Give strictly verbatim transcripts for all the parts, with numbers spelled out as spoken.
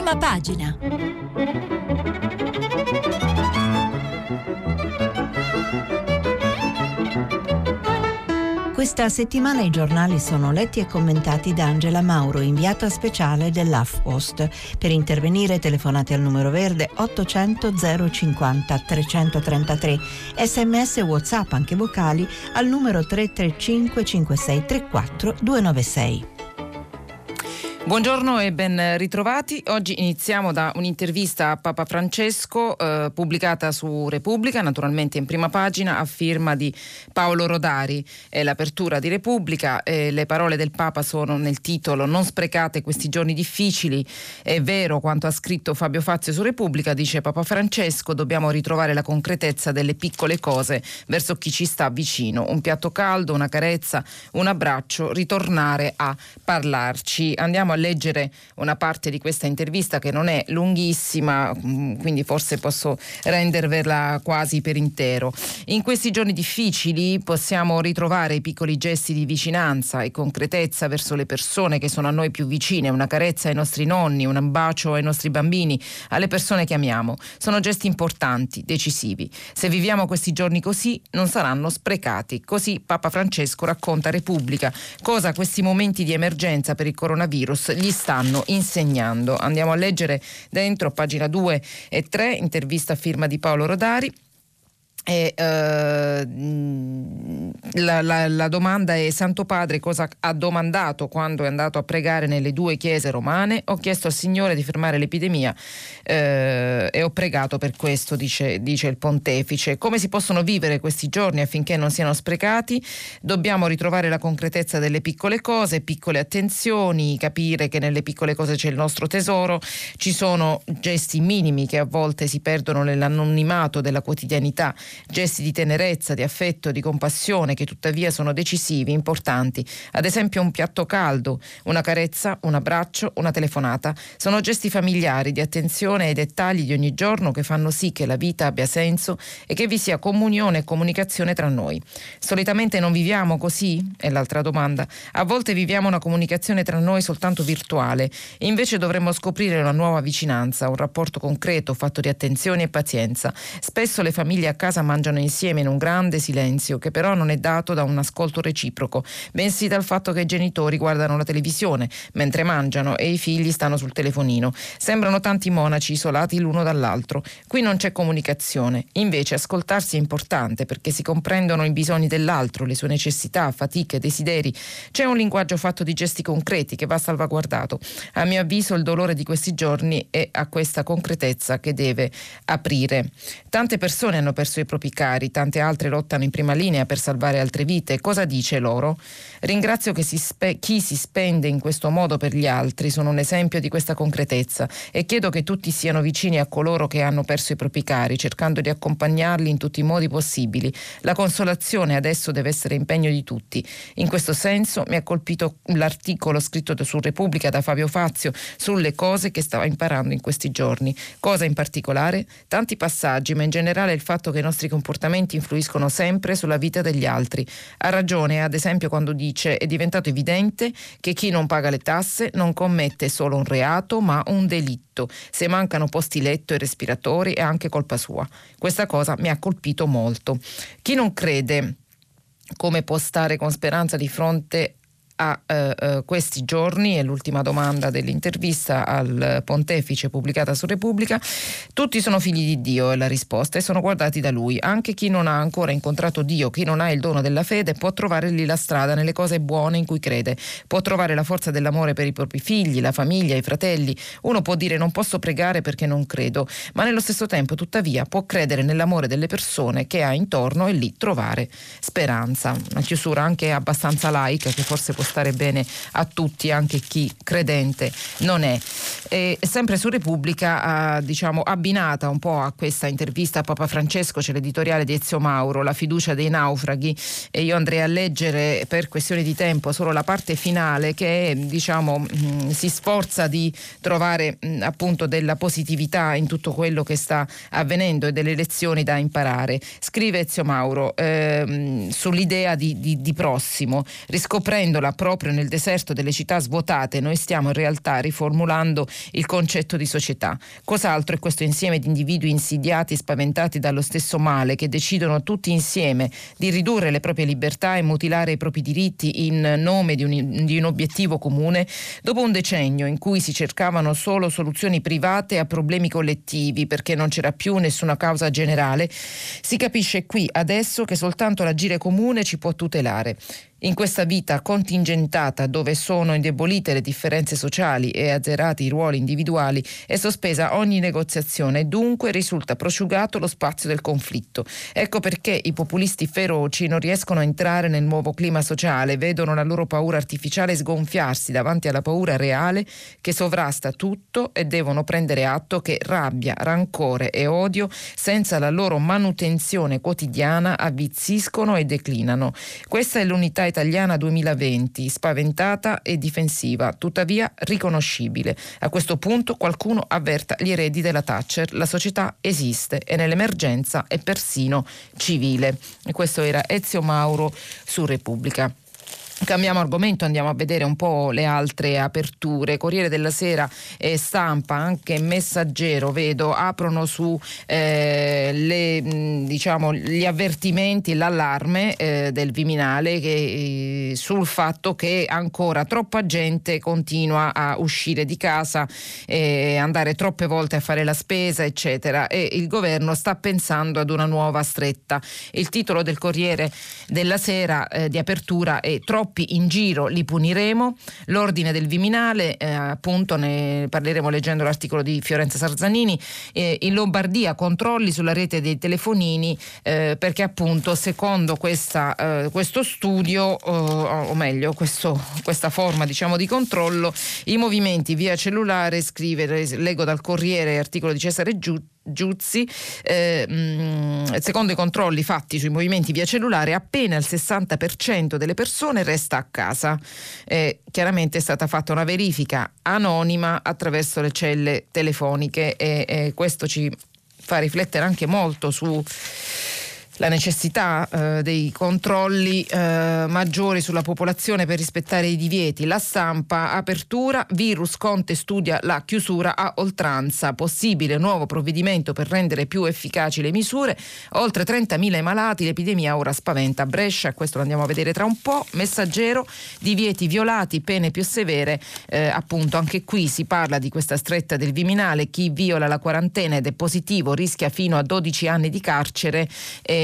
Prima pagina. Questa settimana i giornali sono letti e commentati da Angela Mauro, inviata speciale dell'HuffPost. Per intervenire telefonate al numero verde ottocento zero cinquanta trecentotrentatré, sms e WhatsApp anche vocali al numero tre tre cinque cinque sei tre quattro due nove sei. Buongiorno e ben ritrovati. Oggi iniziamo da un'intervista a Papa Francesco eh, pubblicata su Repubblica, naturalmente in prima pagina, a firma di Paolo Rodari. È l'apertura di Repubblica, eh, le parole del Papa sono nel titolo: non sprecate questi giorni difficili. È vero quanto ha scritto Fabio Fazio su Repubblica, dice Papa Francesco, dobbiamo ritrovare la concretezza delle piccole cose verso chi ci sta vicino. Un piatto caldo, una carezza, un abbraccio, ritornare a parlarci. Andiamo a leggere una parte di questa intervista che non è lunghissima, quindi forse posso rendervela quasi per intero. In questi giorni difficili possiamo ritrovare i piccoli gesti di vicinanza e concretezza verso le persone che sono a noi più vicine, una carezza ai nostri nonni, un bacio ai nostri bambini, alle persone che amiamo. Sono gesti importanti, decisivi. Se viviamo questi giorni così, non saranno sprecati. Così Papa Francesco racconta a Repubblica cosa questi momenti di emergenza per il coronavirus gli stanno insegnando. Andiamo a leggere dentro pagina due e tre, intervista a firma di Paolo Rodari. E, uh, la, la, la domanda è: Santo Padre, cosa ha domandato quando è andato a pregare nelle due chiese romane? Ho chiesto al Signore di fermare l'epidemia uh, e ho pregato per questo, dice, dice il pontefice. Come si possono vivere questi giorni affinché non siano sprecati? Dobbiamo ritrovare la concretezza delle piccole cose, piccole attenzioni, capire che nelle piccole cose c'è il nostro tesoro. Ci sono gesti minimi che a volte si perdono nell'anonimato della quotidianità, gesti di tenerezza, di affetto, di compassione che tuttavia sono decisivi, importanti. Ad esempio un piatto caldo, una carezza, un abbraccio, una telefonata. Sono gesti familiari di attenzione ai dettagli di ogni giorno che fanno sì che la vita abbia senso e che vi sia comunione e comunicazione tra noi. Solitamente non viviamo così? È l'altra domanda. A volte viviamo una comunicazione tra noi soltanto virtuale. Invece dovremmo scoprire una nuova vicinanza, un rapporto concreto fatto di attenzione e pazienza. Spesso le famiglie a casa mangiano insieme in un grande silenzio che però non è dato da un ascolto reciproco, bensì dal fatto che i genitori guardano la televisione mentre mangiano e i figli stanno sul telefonino. Sembrano tanti monaci isolati l'uno dall'altro. Qui non c'è comunicazione. Invece ascoltarsi è importante perché si comprendono i bisogni dell'altro, le sue necessità, fatiche, desideri. C'è un linguaggio fatto di gesti concreti che va salvaguardato. A mio avviso il dolore di questi giorni è a questa concretezza che deve aprire. Tante persone hanno perso i propri cari, tante altre lottano in prima linea per salvare altre vite. Cosa dice loro? Ringrazio che si spe- chi si spende in questo modo per gli altri, sono un esempio di questa concretezza, e chiedo che tutti siano vicini a coloro che hanno perso i propri cari, cercando di accompagnarli in tutti i modi possibili. La consolazione adesso deve essere impegno di tutti. In questo senso mi ha colpito l'articolo scritto su Repubblica da Fabio Fazio sulle cose che stava imparando in questi giorni. Cosa in particolare? Tanti passaggi, ma in generale il fatto che i nostri comportamenti influiscono sempre sulla vita degli altri. Ha ragione, ad esempio, quando dice: è diventato evidente che chi non paga le tasse non commette solo un reato, ma un delitto. Se mancano posti letto e respiratori è anche colpa sua. Questa cosa mi ha colpito molto. Chi non crede come può stare con speranza di fronte a eh, eh, questi giorni? È l'ultima domanda dell'intervista al pontefice pubblicata su Repubblica. Tutti sono figli di Dio, è la risposta, e sono guardati da Lui. Anche chi non ha ancora incontrato Dio, chi non ha il dono della fede, può trovare lì la strada nelle cose buone in cui crede, può trovare la forza dell'amore per i propri figli, la famiglia, i fratelli. Uno può dire: non posso pregare perché non credo, ma nello stesso tempo tuttavia può credere nell'amore delle persone che ha intorno e lì trovare speranza. Una chiusura anche abbastanza laica che forse può stare bene a tutti, anche chi credente non è. E sempre su Repubblica, eh, diciamo abbinata un po' a questa intervista a Papa Francesco, c'è l'editoriale di Ezio Mauro, La fiducia dei naufraghi, e io andrei a leggere per questione di tempo solo la parte finale che diciamo mh, si sforza di trovare mh, appunto della positività in tutto quello che sta avvenendo e delle lezioni da imparare. Scrive Ezio Mauro ehm, sull'idea di, di, di prossimo, riscoprendo la proprio nel deserto delle città svuotate noi stiamo in realtà riformulando il concetto di società. Cos'altro è questo insieme di individui insidiati e spaventati dallo stesso male, che decidono tutti insieme di ridurre le proprie libertà e mutilare i propri diritti in nome di un, di un obiettivo comune? Dopo un decennio in cui si cercavano solo soluzioni private a problemi collettivi perché non c'era più nessuna causa generale, si capisce qui adesso che soltanto l'agire comune ci può tutelare. In questa vita contingentata, dove sono indebolite le differenze sociali e azzerati i ruoli individuali, è sospesa ogni negoziazione e dunque risulta prosciugato lo spazio del conflitto. Ecco perché i populisti feroci non riescono a entrare nel nuovo clima sociale, vedono la loro paura artificiale sgonfiarsi davanti alla paura reale che sovrasta tutto e devono prendere atto che rabbia, rancore e odio, senza la loro manutenzione quotidiana, avvizziscono e declinano. Questa è l'unità italiana duemilaventi, spaventata e difensiva, tuttavia riconoscibile. A questo punto qualcuno avverta gli eredi della Thatcher: la società esiste e nell'emergenza è persino civile. E questo era Ezio Mauro su Repubblica. Cambiamo argomento, andiamo a vedere un po' le altre aperture. Corriere della Sera e Stampa, anche Messaggero, vedo, aprono su eh, le, diciamo, gli avvertimenti, l'allarme eh, del Viminale che, eh, sul fatto che ancora troppa gente continua a uscire di casa, eh, andare troppe volte a fare la spesa, eccetera, e il governo sta pensando ad una nuova stretta. Il titolo del Corriere della Sera eh, di apertura è "Troppo in giro li puniremo", l'ordine del Viminale, eh, appunto ne parleremo leggendo l'articolo di Fiorenza Sarzanini. Eh, in Lombardia controlli sulla rete dei telefonini, eh, perché appunto secondo questa, eh, questo studio, eh, o meglio questo, questa forma diciamo di controllo, i movimenti via cellulare, scrive, leggo dal Corriere, articolo di Cesare Giù Giuzzi, eh, mh, secondo i controlli fatti sui movimenti via cellulare appena il sessanta per cento delle persone resta a casa. Eh, chiaramente è stata fatta una verifica anonima attraverso le celle telefoniche e, e questo ci fa riflettere anche molto su la necessità eh, dei controlli eh, maggiori sulla popolazione per rispettare i divieti. La Stampa, apertura, virus, Conte studia la chiusura a oltranza, possibile nuovo provvedimento per rendere più efficaci le misure, oltre trentamila i malati, l'epidemia ora spaventa Brescia, questo lo andiamo a vedere tra un po'. Messaggero, divieti violati, pene più severe, eh, appunto anche qui si parla di questa stretta del Viminale, chi viola la quarantena ed è positivo rischia fino a dodici anni di carcere. E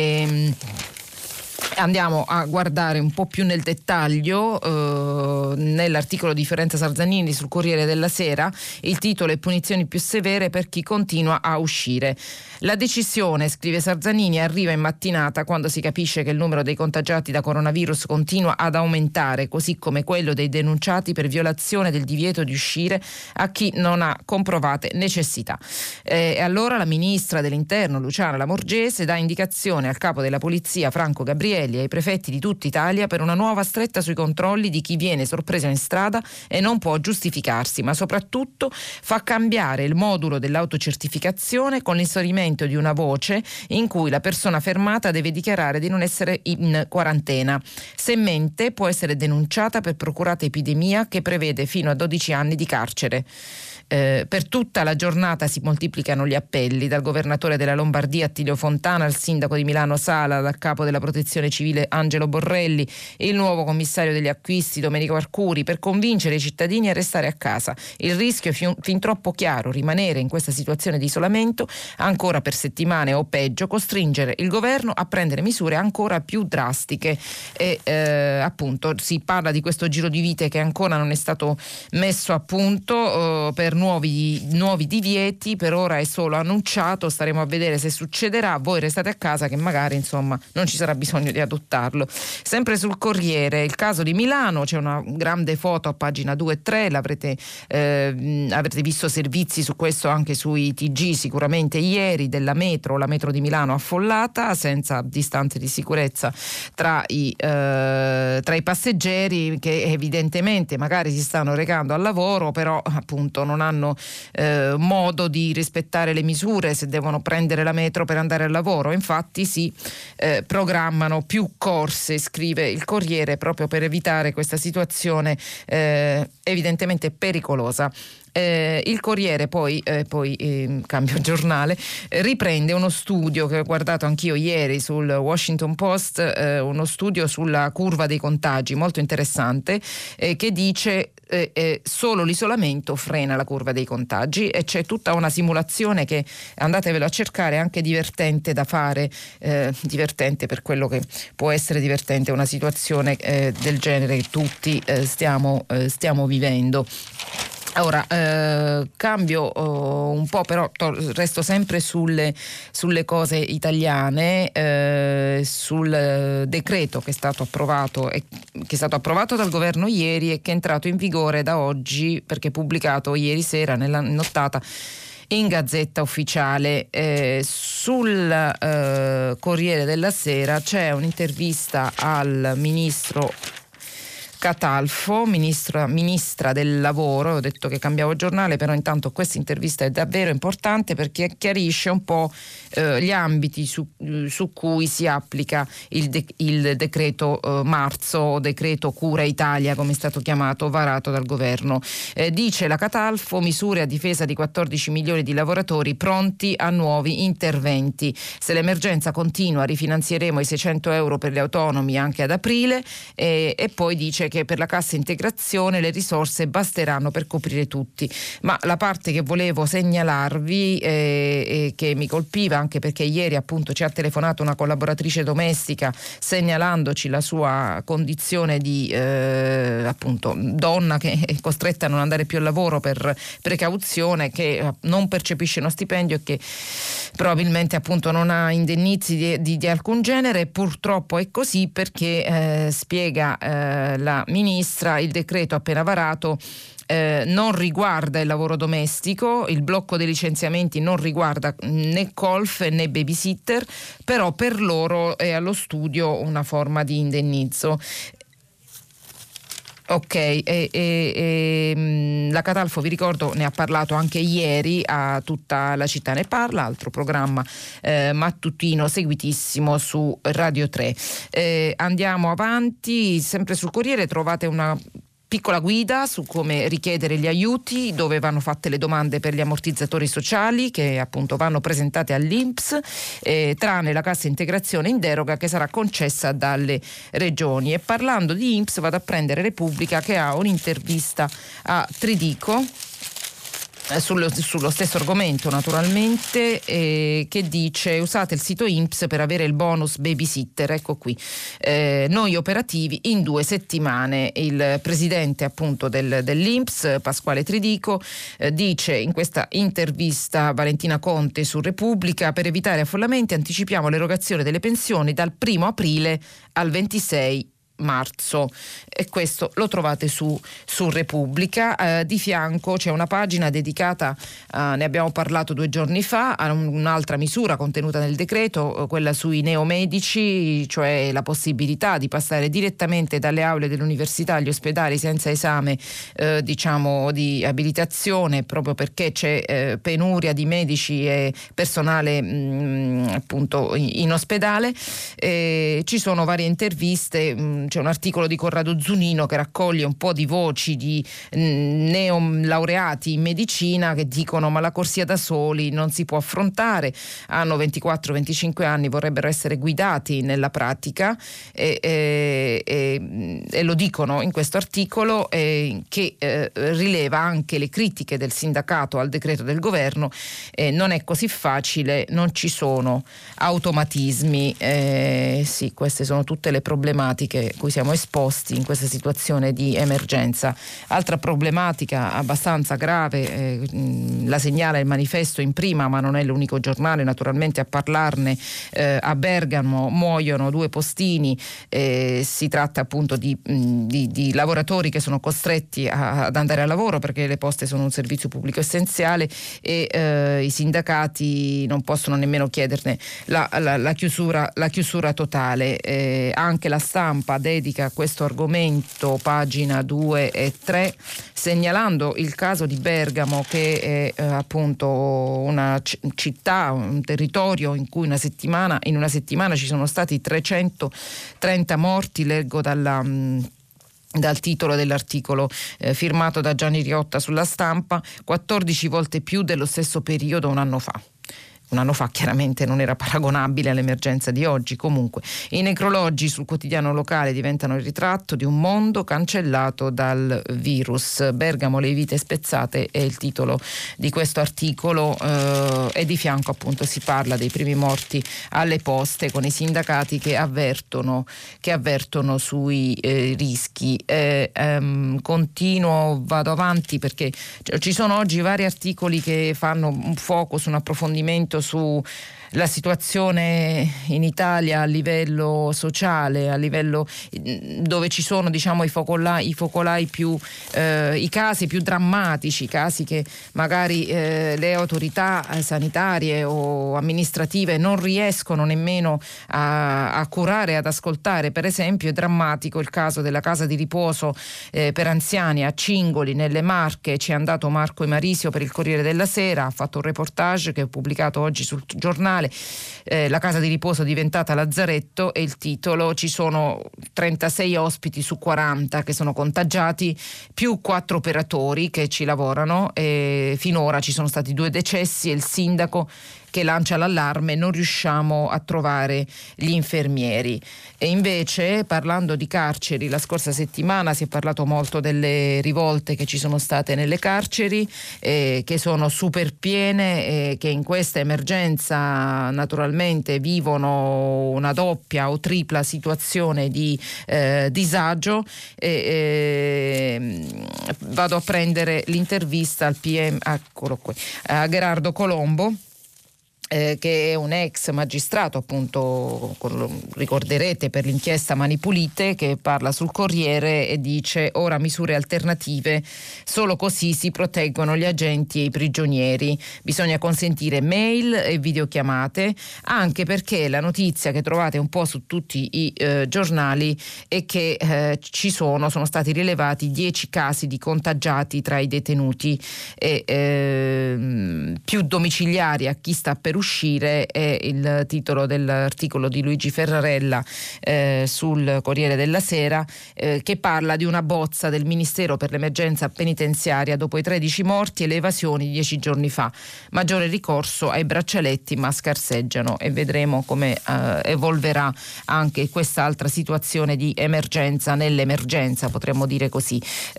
Andiamo a guardare un po' più nel dettaglio eh, nell'articolo di Fiorenza Sarzanini sul Corriere della Sera. Il titolo è "Punizioni più severe per chi continua a uscire". La decisione, scrive Sarzanini, arriva in mattinata quando si capisce che il numero dei contagiati da coronavirus continua ad aumentare, così come quello dei denunciati per violazione del divieto di uscire a chi non ha comprovate necessità. E allora la ministra dell'Interno Luciana Lamorgese dà indicazione al capo della polizia Franco Gabrielli e ai prefetti di tutta Italia per una nuova stretta sui controlli di chi viene sorpreso in strada e non può giustificarsi, ma soprattutto fa cambiare il modulo dell'autocertificazione con l'inserimento di una voce in cui la persona fermata deve dichiarare di non essere in quarantena. Se mente può essere denunciata per procurata epidemia che prevede fino a dodici anni di carcere. Eh, per tutta la giornata si moltiplicano gli appelli, dal governatore della Lombardia Attilio Fontana al sindaco di Milano Sala, dal capo della protezione civile Angelo Borrelli, il nuovo commissario degli acquisti Domenico Arcuri, per convincere i cittadini a restare a casa. Il rischio è fin, fin troppo chiaro: rimanere in questa situazione di isolamento ancora per settimane o peggio, costringere il governo a prendere misure ancora più drastiche. E eh, appunto si parla di questo giro di vite che ancora non è stato messo a punto eh, per Nuovi, nuovi divieti. Per ora è solo annunciato, staremo a vedere se succederà. Voi restate a casa, che magari insomma non ci sarà bisogno di adottarlo. Sempre sul Corriere, il caso di Milano, c'è una grande foto a pagina due e tre, l'avrete eh, avrete visto servizi su questo anche sui T G sicuramente ieri, della metro, la metro di Milano affollata, senza distanze di sicurezza tra i, eh, tra i passeggeri che evidentemente magari si stanno recando al lavoro, però appunto non hanno eh, modo di rispettare le misure se devono prendere la metro per andare al lavoro. Infatti si eh, programmano siano più corse, scrive il Corriere, proprio per evitare questa situazione eh, evidentemente pericolosa. Eh, il Corriere poi, eh, poi eh, cambio giornale, eh, riprende uno studio che ho guardato anch'io ieri sul Washington Post, eh, uno studio sulla curva dei contagi molto interessante, eh, che dice eh, eh, solo l'isolamento frena la curva dei contagi, e c'è tutta una simulazione che andatevelo a cercare, anche divertente da fare, eh, divertente per quello che può essere divertente una situazione eh, del genere che tutti eh, stiamo, eh, stiamo vivendo. Ora eh, cambio oh, un po', però to- resto sempre sulle, sulle cose italiane, eh, sul eh, decreto che è stato approvato e che è stato approvato dal governo ieri e che è entrato in vigore da oggi, perché pubblicato ieri sera nella nottata in Gazzetta Ufficiale. Eh, sul eh, Corriere della Sera c'è un'intervista al ministro Catalfo, ministro, ministra del lavoro. Ho detto che cambiavo giornale, però intanto questa intervista è davvero importante perché chiarisce un po' eh, gli ambiti su, su cui si applica il, de, il decreto eh, marzo, o decreto Cura Italia come è stato chiamato, varato dal governo. Eh, dice la Catalfo: misure a difesa di quattordici milioni di lavoratori pronti a nuovi interventi. Se l'emergenza continua rifinanzieremo i seicento euro per gli autonomi anche ad aprile, eh, e poi dice che per la cassa integrazione le risorse basteranno per coprire tutti. Ma la parte che volevo segnalarvi eh, e che mi colpiva, anche perché ieri appunto ci ha telefonato una collaboratrice domestica segnalandoci la sua condizione di eh, appunto donna che è costretta a non andare più al lavoro per precauzione, che non percepisce uno stipendio e che probabilmente appunto non ha indennizi di, di, di alcun genere. Purtroppo è così perché eh, spiega eh, la ministra, il decreto appena varato Eh, non riguarda il lavoro domestico, il blocco dei licenziamenti non riguarda né colf né babysitter, però per loro è allo studio una forma di indennizzo. Ok, e, e, e, la Catalfo, vi ricordo, ne ha parlato anche ieri a Tutta la città ne parla, altro programma eh, mattutino seguitissimo su Radio tre. Eh, andiamo avanti, sempre sul Corriere trovate una piccola guida su come richiedere gli aiuti, dove vanno fatte le domande per gli ammortizzatori sociali che appunto vanno presentate all'I N P S, eh, tranne la cassa integrazione in deroga che sarà concessa dalle regioni. E parlando di I N P S vado a prendere Repubblica, che ha un'intervista a Tridico Sullo, sullo stesso argomento naturalmente, eh, che dice: usate il sito I N P S per avere il bonus babysitter. Ecco qui, eh, noi operativi in due settimane. Il presidente appunto del, dell'I N P S, Pasquale Tridico, eh, dice in questa intervista a Valentina Conte su Repubblica: per evitare affollamenti anticipiamo l'erogazione delle pensioni dal primo aprile al ventisei marzo, e questo lo trovate su, su Repubblica. Eh, di fianco c'è una pagina dedicata, eh, ne abbiamo parlato due giorni fa, a un, un'altra misura contenuta nel decreto, eh, quella sui neomedici, cioè la possibilità di passare direttamente dalle aule dell'università agli ospedali senza esame eh, diciamo di abilitazione, proprio perché c'è eh, penuria di medici e personale mh, appunto in, in ospedale. Eh, ci sono varie interviste, mh, c'è un articolo di Corrado Zunino che raccoglie un po' di voci di neolaureati in medicina che dicono: ma la corsia da soli non si può affrontare, hanno ventiquattro venticinque anni, vorrebbero essere guidati nella pratica, e, e, e, e lo dicono in questo articolo, eh, che eh, rileva anche le critiche del sindacato al decreto del governo. Eh, non è così facile, non ci sono automatismi, eh, sì, queste sono tutte le problematiche cui siamo esposti in questa situazione di emergenza. Altra problematica abbastanza grave, eh, la segnala il Manifesto in prima, ma non è l'unico giornale naturalmente a parlarne. Eh, a Bergamo muoiono due postini, eh, si tratta appunto di, di, di lavoratori che sono costretti a, ad andare al lavoro perché le poste sono un servizio pubblico essenziale, e eh, i sindacati non possono nemmeno chiederne la, la, la, chiusura, la chiusura totale. Eh, anche La Stampa dedica a questo argomento, pagina due e tre, segnalando il caso di Bergamo, che è eh, appunto una c- città, un territorio in cui una settimana, in una settimana ci sono stati trecentotrenta morti, leggo dalla... Mh, dal titolo dell'articolo eh, firmato da Gianni Riotta sulla Stampa, quattordici volte più dello stesso periodo un anno fa. Un anno fa chiaramente non era paragonabile all'emergenza di oggi. Comunque i necrologi sul quotidiano locale diventano il ritratto di un mondo cancellato dal virus. Bergamo, le vite spezzate è il titolo di questo articolo eh, e di fianco appunto si parla dei primi morti alle poste, con i sindacati che avvertono, che avvertono sui eh, rischi. Eh, ehm, continuo, vado avanti perché ci sono oggi vari articoli che fanno un focus, un approfondimento su la situazione in Italia a livello sociale, a livello dove ci sono, diciamo, i focolai, i focolai più eh, i casi più drammatici, i casi che magari eh, le autorità sanitarie o amministrative non riescono nemmeno a, a curare, ad ascoltare. Per esempio è drammatico il caso della casa di riposo eh, per anziani a Cingoli nelle Marche. Ci è andato Marco Emarisio per il Corriere della Sera, ha fatto un reportage che è pubblicato oggi sul giornale. Eh, la casa di riposo diventata lazzaretto, e il titolo: ci sono trentasei ospiti su quaranta che sono contagiati, più quattro operatori che ci lavorano, e finora ci sono stati due decessi e il sindaco che lancia l'allarme: non riusciamo a trovare gli infermieri. E invece, parlando di carceri, la scorsa settimana si è parlato molto delle rivolte che ci sono state nelle carceri, eh, che sono super piene, eh, che in questa emergenza naturalmente vivono una doppia o tripla situazione di eh, disagio. E, eh, vado a prendere l'intervista al P M, eccolo qui, a Gherardo Colombo, Eh, che è un ex magistrato, appunto, ricorderete, per l'inchiesta Mani Pulite, che parla sul Corriere e dice: ora misure alternative, solo così si proteggono gli agenti e i prigionieri, bisogna consentire mail e videochiamate, anche perché la notizia che trovate un po' su tutti i eh, giornali è che eh, ci sono, sono stati rilevati dieci casi di contagiati tra i detenuti, e eh, più domiciliari a chi sta per uscire è il titolo dell'articolo di Luigi Ferrarella eh, sul Corriere della Sera, eh, che parla di una bozza del Ministero per l'emergenza penitenziaria dopo i tredici morti e le evasioni dieci giorni fa. Maggiore ricorso ai braccialetti, ma scarseggiano, e vedremo come eh, evolverà anche quest'altra situazione di emergenza nell'emergenza, potremmo dire così.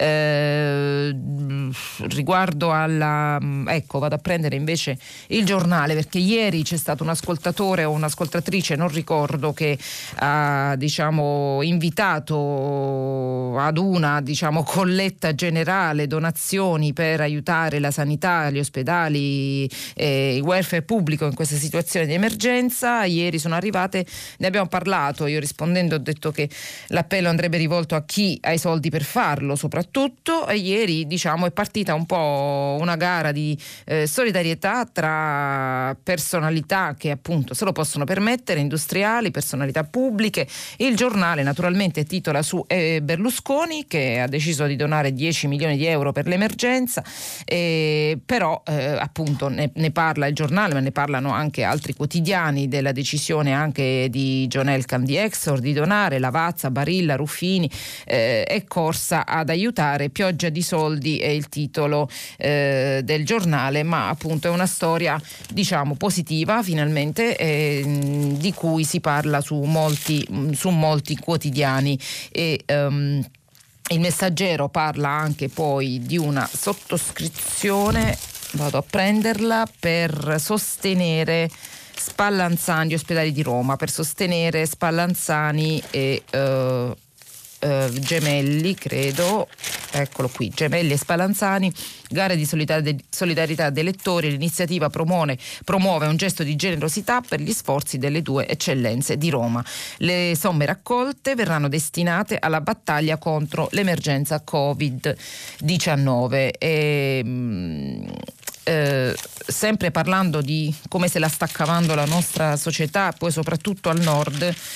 Eh, riguardo alla ecco vado a prendere invece il Giornale, perché ieri c'è stato un ascoltatore o un'ascoltatrice, non ricordo, che ha, diciamo, invitato ad una, diciamo, colletta generale, donazioni per aiutare la sanità, gli ospedali e il welfare pubblico in questa situazione di emergenza. Ieri sono arrivate, ne abbiamo parlato, io rispondendo ho detto che l'appello andrebbe rivolto a chi ha i soldi per farlo soprattutto, e ieri, diciamo, è partita un po' una gara di eh, solidarietà tra personalità che appunto se lo possono permettere, industriali, personalità pubbliche. Il Giornale naturalmente titola su eh, Berlusconi, che ha deciso di donare dieci milioni di euro per l'emergenza, eh, però eh, appunto ne, ne parla il Giornale, ma ne parlano anche altri quotidiani della decisione anche di John Elkann di Exor di donare. Lavazza, Barilla, Ruffini eh, è corsa ad aiutare, pioggia di soldi è il titolo eh, del Giornale, ma appunto è una storia, diciamo, positiva finalmente, eh, di cui si parla su molti, su molti quotidiani. E um, il Messaggero parla anche poi di una sottoscrizione, vado a prenderla, per sostenere Spallanzani, gli ospedali di Roma, per sostenere Spallanzani e uh, Uh, Gemelli, credo, eccolo qui, Gemelli e Spallanzani, gare di solidarietà dei lettori. L'iniziativa promuove, promuove un gesto di generosità per gli sforzi delle due eccellenze di Roma. Le somme raccolte verranno destinate alla battaglia contro l'emergenza covid diciannove. E, mh, Eh, sempre parlando di come se la sta cavando la nostra società, poi soprattutto al nord,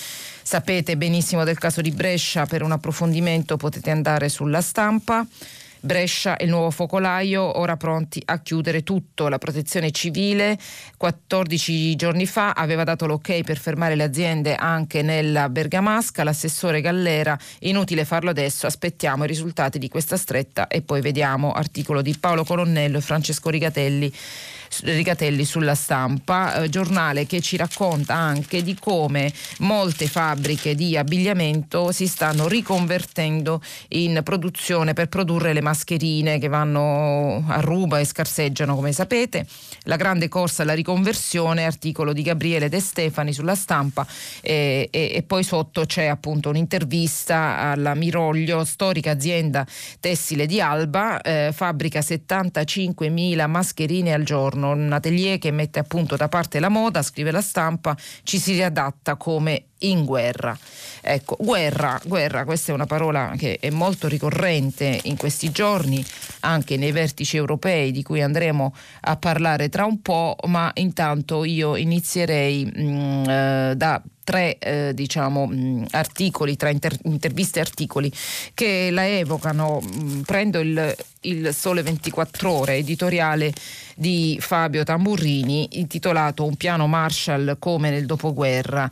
Sapete benissimo del caso di Brescia, per un approfondimento potete andare sulla Stampa. Brescia e il nuovo focolaio, ora pronti a chiudere tutto. La Protezione Civile quattordici giorni fa aveva dato l'ok per fermare le aziende anche nella Bergamasca. L'assessore Gallera: inutile farlo adesso, aspettiamo i risultati di questa stretta e poi vediamo. Articolo di Paolo Colonnello e Francesco Rigatelli Rigatelli sulla Stampa, eh, giornale che ci racconta anche di come molte fabbriche di abbigliamento si stanno riconvertendo in produzione per produrre le mascherine che vanno a ruba e scarseggiano, come sapete. La grande corsa alla riconversione, articolo di Gabriele De Stefani sulla Stampa, e, e, e poi sotto c'è appunto un'intervista alla Miroglio, storica azienda tessile di Alba, eh, fabbrica settantacinquemila mascherine al giorno. Un atelier che mette appunto da parte la moda, scrive la Stampa, ci si riadatta come in guerra. Ecco, guerra, guerra, questa è una parola che è molto ricorrente in questi giorni, anche nei vertici europei di cui andremo a parlare tra un po', ma intanto io inizierei mh, eh, da tre eh, diciamo mh, articoli, tra inter- interviste e articoli che la evocano. Mh, prendo il, il Sole ventiquattro Ore, editoriale di Fabio Tamburrini, intitolato Un piano Marshall come nel dopoguerra.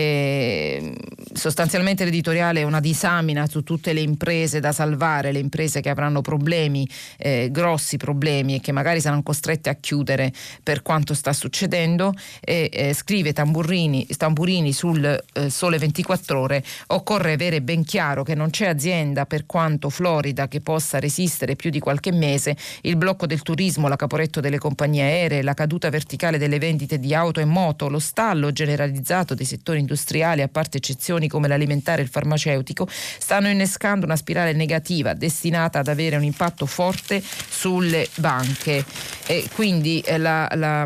Eh, sostanzialmente l'editoriale è una disamina su tutte le imprese da salvare, le imprese che avranno problemi, eh, grossi problemi, e che magari saranno costrette a chiudere per quanto sta succedendo. E eh, scrive Tamburini, Tamburini sul eh, Sole ventiquattro Ore: occorre avere ben chiaro che non c'è azienda, per quanto florida, che possa resistere più di qualche mese. Il blocco del turismo, la Caporetto delle compagnie aeree, la caduta verticale delle vendite di auto e moto, lo stallo generalizzato dei settori industriali, a parte eccezioni come l'alimentare e il farmaceutico, stanno innescando una spirale negativa destinata ad avere un impatto forte sulle banche. E quindi eh, la, la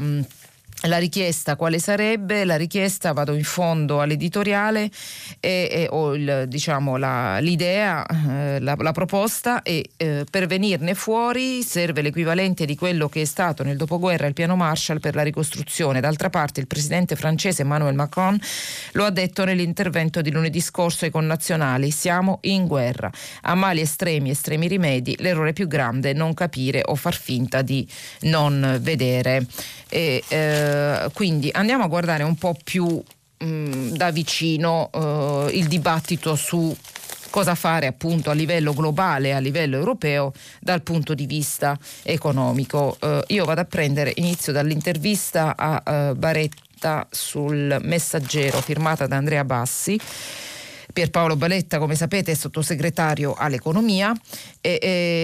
La richiesta quale sarebbe? La richiesta, vado in fondo all'editoriale, e, e, o il, diciamo la, l'idea, eh, la, la proposta è eh, per venirne fuori serve l'equivalente di quello che è stato nel dopoguerra il piano Marshall per la ricostruzione. D'altra parte il presidente francese Emmanuel Macron lo ha detto nell'intervento di lunedì scorso ai connazionali: siamo in guerra, a mali estremi, estremi rimedi, l'errore più grande è non capire o far finta di non vedere. E, eh, quindi andiamo a guardare un po' più mh, da vicino uh, il dibattito su cosa fare appunto a livello globale, a livello europeo, dal punto di vista economico. Uh, io vado a prendere, inizio dall'intervista a uh, Baretta sul Messaggero, firmata da Andrea Bassi. Pierpaolo Baretta, come sapete, è sottosegretario all'economia, e,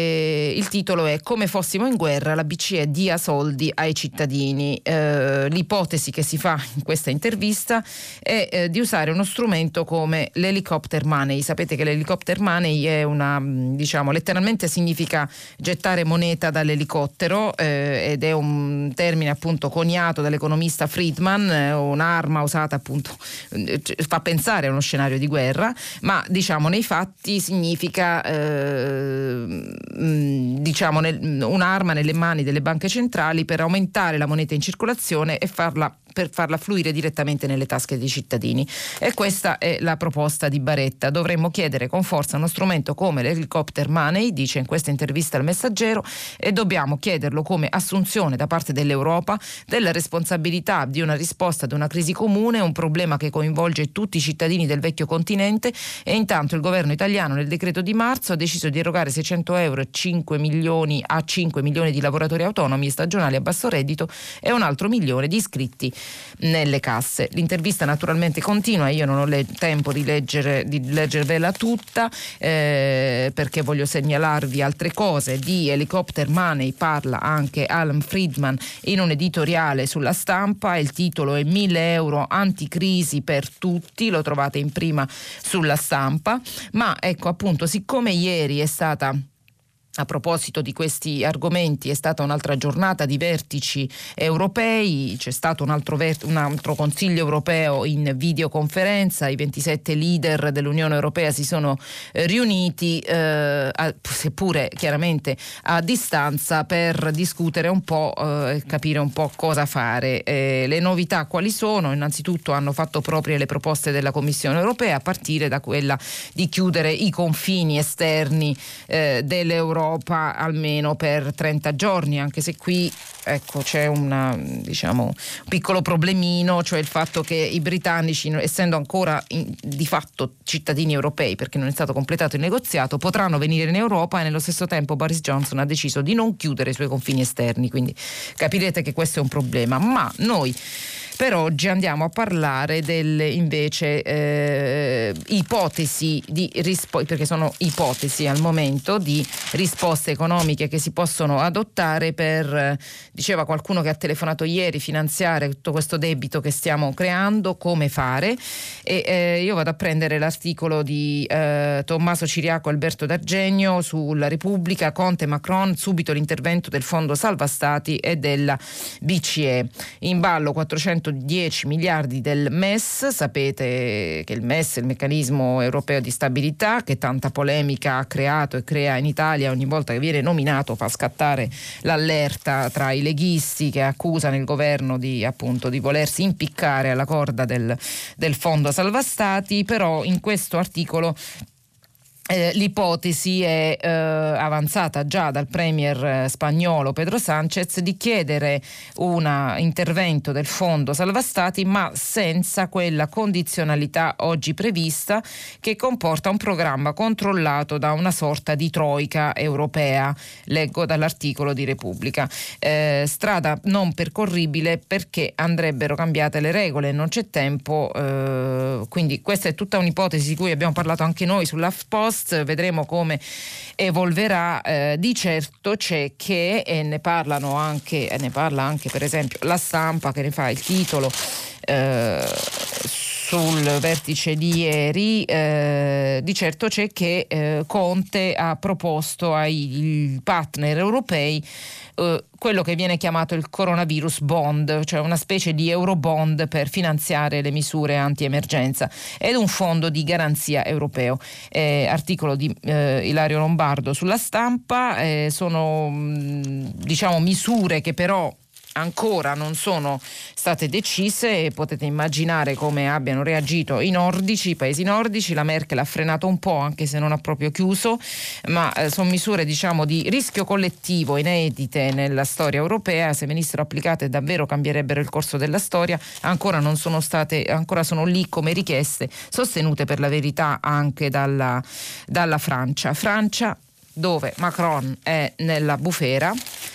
e il titolo è: come fossimo in guerra, la B C E dia soldi ai cittadini. Eh, l'ipotesi che si fa in questa intervista è eh, di usare uno strumento come l'helicopter money. Sapete che l'helicopter money è una, diciamo, letteralmente significa gettare moneta dall'elicottero, eh, ed è un termine appunto coniato dall'economista Friedman, eh, un'arma usata appunto, eh, fa pensare a uno scenario di guerra, ma diciamo nei fatti significa eh, diciamo nel, un'arma nelle mani delle banche centrali per aumentare la moneta in circolazione e farla per farla fluire direttamente nelle tasche dei cittadini. E questa è la proposta di Baretta. Dovremmo chiedere con forza uno strumento come l'helicopter money, dice in questa intervista al Messaggero, e dobbiamo chiederlo come assunzione da parte dell'Europa della responsabilità di una risposta ad una crisi comune, un problema che coinvolge tutti i cittadini del vecchio continente. E intanto il governo italiano nel decreto di marzo ha deciso di erogare seicento euro cinque milioni a cinque milioni di lavoratori autonomi e stagionali a basso reddito e un altro milione di iscritti nelle casse. L'intervista naturalmente continua, io non ho le- tempo di leggere di leggervela tutta, eh, perché voglio segnalarvi altre cose. Di helicopter money parla anche Alan Friedman in un editoriale sulla Stampa. Il titolo è mille euro anticrisi per tutti, lo trovate in prima sulla Stampa. Ma ecco appunto, siccome ieri è stata A proposito di questi argomenti è stata un'altra giornata di vertici europei, c'è stato un altro, ver- un altro Consiglio europeo in videoconferenza, i ventisette leader dell'Unione Europea si sono eh, riuniti, eh, a, seppure chiaramente a distanza, per discutere un po' e eh, capire un po' cosa fare. Eh, le novità quali sono? Innanzitutto hanno fatto proprie le proposte della Commissione Europea, a partire da quella di chiudere i confini esterni eh, dell'Europa almeno per trenta giorni, anche se qui ecco c'è una, diciamo, un piccolo problemino, cioè il fatto che i britannici, essendo ancora in, di fatto cittadini europei, perché non è stato completato il negoziato, potranno venire in Europa, e nello stesso tempo Boris Johnson ha deciso di non chiudere i suoi confini esterni, quindi capirete che questo è un problema. Ma noi per oggi andiamo a parlare delle invece eh, ipotesi di risposte, perché sono ipotesi al momento, di risposte economiche che si possono adottare per, diceva qualcuno che ha telefonato ieri, finanziare tutto questo debito che stiamo creando, come fare. E eh, io vado a prendere l'articolo di eh, Tommaso Ciriaco e Alberto D'Argenio sulla Repubblica. Conte, Macron, subito l'intervento del Fondo Salva Stati e della B C E. In ballo quattrocentodieci miliardi del M E S, sapete che il M E S è il meccanismo europeo di stabilità, che tanta polemica ha creato e crea in Italia. Ogni volta che viene nominato fa scattare l'allerta tra i leghisti che accusano il governo di, appunto, di volersi impiccare alla corda del, del Fondo Salva Stati. Però in questo articolo Eh, l'ipotesi è eh, avanzata già dal premier spagnolo Pedro Sánchez di chiedere un intervento del Fondo Salva Stati, ma senza quella condizionalità oggi prevista, che comporta un programma controllato da una sorta di troica europea. Leggo dall'articolo di Repubblica. Eh, strada non percorribile perché andrebbero cambiate le regole, non c'è tempo. Eh, quindi questa è tutta un'ipotesi di cui abbiamo parlato anche noi sull'HuffPost. Vedremo come evolverà. Eh, di certo c'è che, e ne parlano anche, e ne parla anche per esempio La Stampa, che ne fa il titolo eh, sul vertice di ieri, eh, di certo c'è che eh, Conte ha proposto ai partner europei eh, quello che viene chiamato il coronavirus bond, cioè una specie di eurobond per finanziare le misure anti-emergenza, ed un fondo di garanzia europeo. Eh, articolo di eh, Ilario Lombardo sulla Stampa. Eh, sono mh, diciamo misure che però ancora non sono state decise, e potete immaginare come abbiano reagito i nordici, i paesi nordici. La Merkel ha frenato un po', anche se non ha proprio chiuso, ma eh, sono misure, diciamo, di rischio collettivo, inedite nella storia europea. Se venissero applicate davvero cambierebbero il corso della storia. Ancora non sono state, ancora sono lì come richieste, sostenute per la verità anche dalla, dalla Francia. Francia, dove Macron è nella bufera.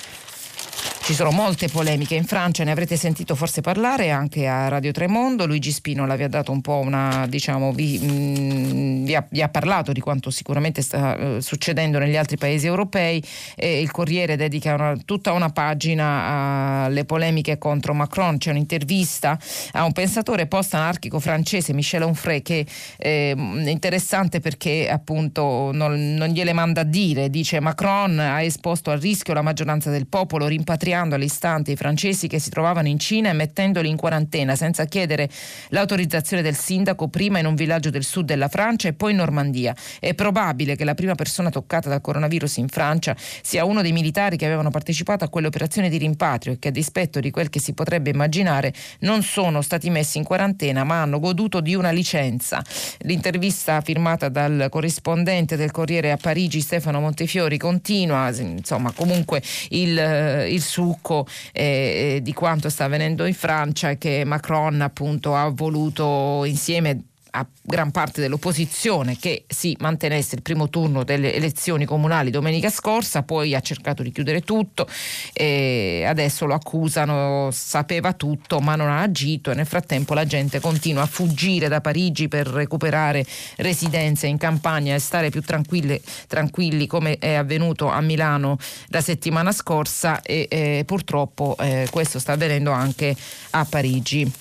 Ci sono molte polemiche in Francia, ne avrete sentito forse parlare anche a Radio Tremondo. Luigi Spinola vi ha dato un po' una, diciamo, vi, mh, vi, ha, vi ha parlato di quanto sicuramente sta uh, succedendo negli altri paesi europei, e il Corriere dedica una, tutta una pagina alle polemiche contro Macron. C'è un'intervista a un pensatore post-anarchico francese, Michel Onfray, che eh, è interessante perché appunto non, non gliele manda a dire. Dice: Macron ha esposto al rischio la maggioranza del popolo, rimpatriando all'istante i francesi che si trovavano in Cina e mettendoli in quarantena senza chiedere l'autorizzazione del sindaco, prima in un villaggio del sud della Francia e poi in Normandia. È probabile che la prima persona toccata dal coronavirus in Francia sia uno dei militari che avevano partecipato a quelle operazioni di rimpatrio e che, a dispetto di quel che si potrebbe immaginare, non sono stati messi in quarantena ma hanno goduto di una licenza. L'intervista firmata dal corrispondente del Corriere a Parigi, Stefano Montefiori, continua, insomma, comunque il, il succo eh, di quanto sta avvenendo in Francia, e che Macron appunto ha voluto, insieme a gran parte dell'opposizione, che si mantenesse il primo turno delle elezioni comunali domenica scorsa. Poi ha cercato di chiudere tutto, e adesso lo accusano, sapeva tutto ma non ha agito, e nel frattempo la gente continua a fuggire da Parigi per recuperare residenze in campagna e stare più tranquilli, tranquilli come è avvenuto a Milano la settimana scorsa, e eh, purtroppo eh, questo sta avvenendo anche a Parigi.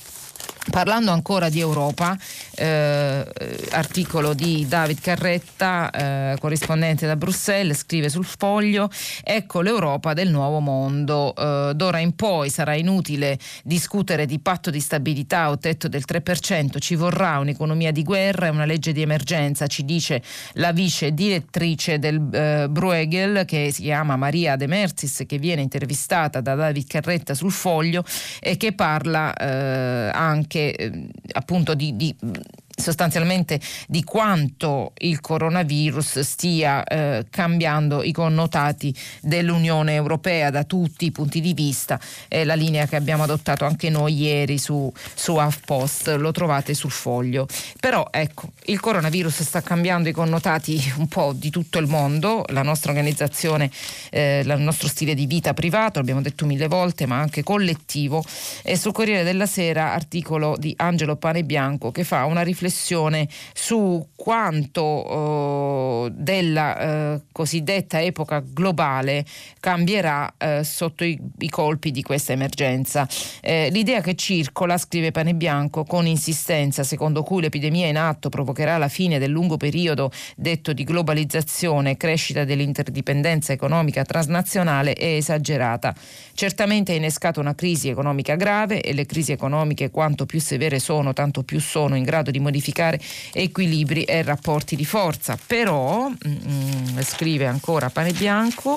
Parlando ancora di Europa, eh, articolo di David Carretta, eh, corrispondente da Bruxelles, scrive sul Foglio: ecco l'Europa del nuovo mondo, eh, d'ora in poi sarà inutile discutere di patto di stabilità o tetto del tre per cento, ci vorrà un'economia di guerra e una legge di emergenza, ci dice la vice direttrice del eh, Bruegel, che si chiama Maria De Mersis, che viene intervistata da David Carretta sul Foglio e che parla eh, anche che appunto di, di sostanzialmente di quanto il coronavirus stia eh, cambiando i connotati dell'Unione Europea da tutti i punti di vista. È la linea che abbiamo adottato anche noi ieri su, su HuffPost, lo trovate sul Foglio. Però ecco, il coronavirus sta cambiando i connotati un po' di tutto il mondo, la nostra organizzazione, eh, il nostro stile di vita privato, l'abbiamo detto mille volte, ma anche collettivo. E sul Corriere della Sera articolo di Angelo Panebianco che fa una riflessione su quanto eh, della eh, cosiddetta epoca globale cambierà eh, sotto i, i colpi di questa emergenza. Eh, l'idea che circola, scrive Panebianco con insistenza, secondo cui l'epidemia in atto provocherà la fine del lungo periodo detto di globalizzazione e crescita dell'interdipendenza economica transnazionale, è esagerata. Certamente ha innescato una crisi economica grave e le crisi economiche quanto più severe sono, tanto più sono in grado di modificare equilibri e rapporti di forza. Però, mm, scrive ancora Panebianco,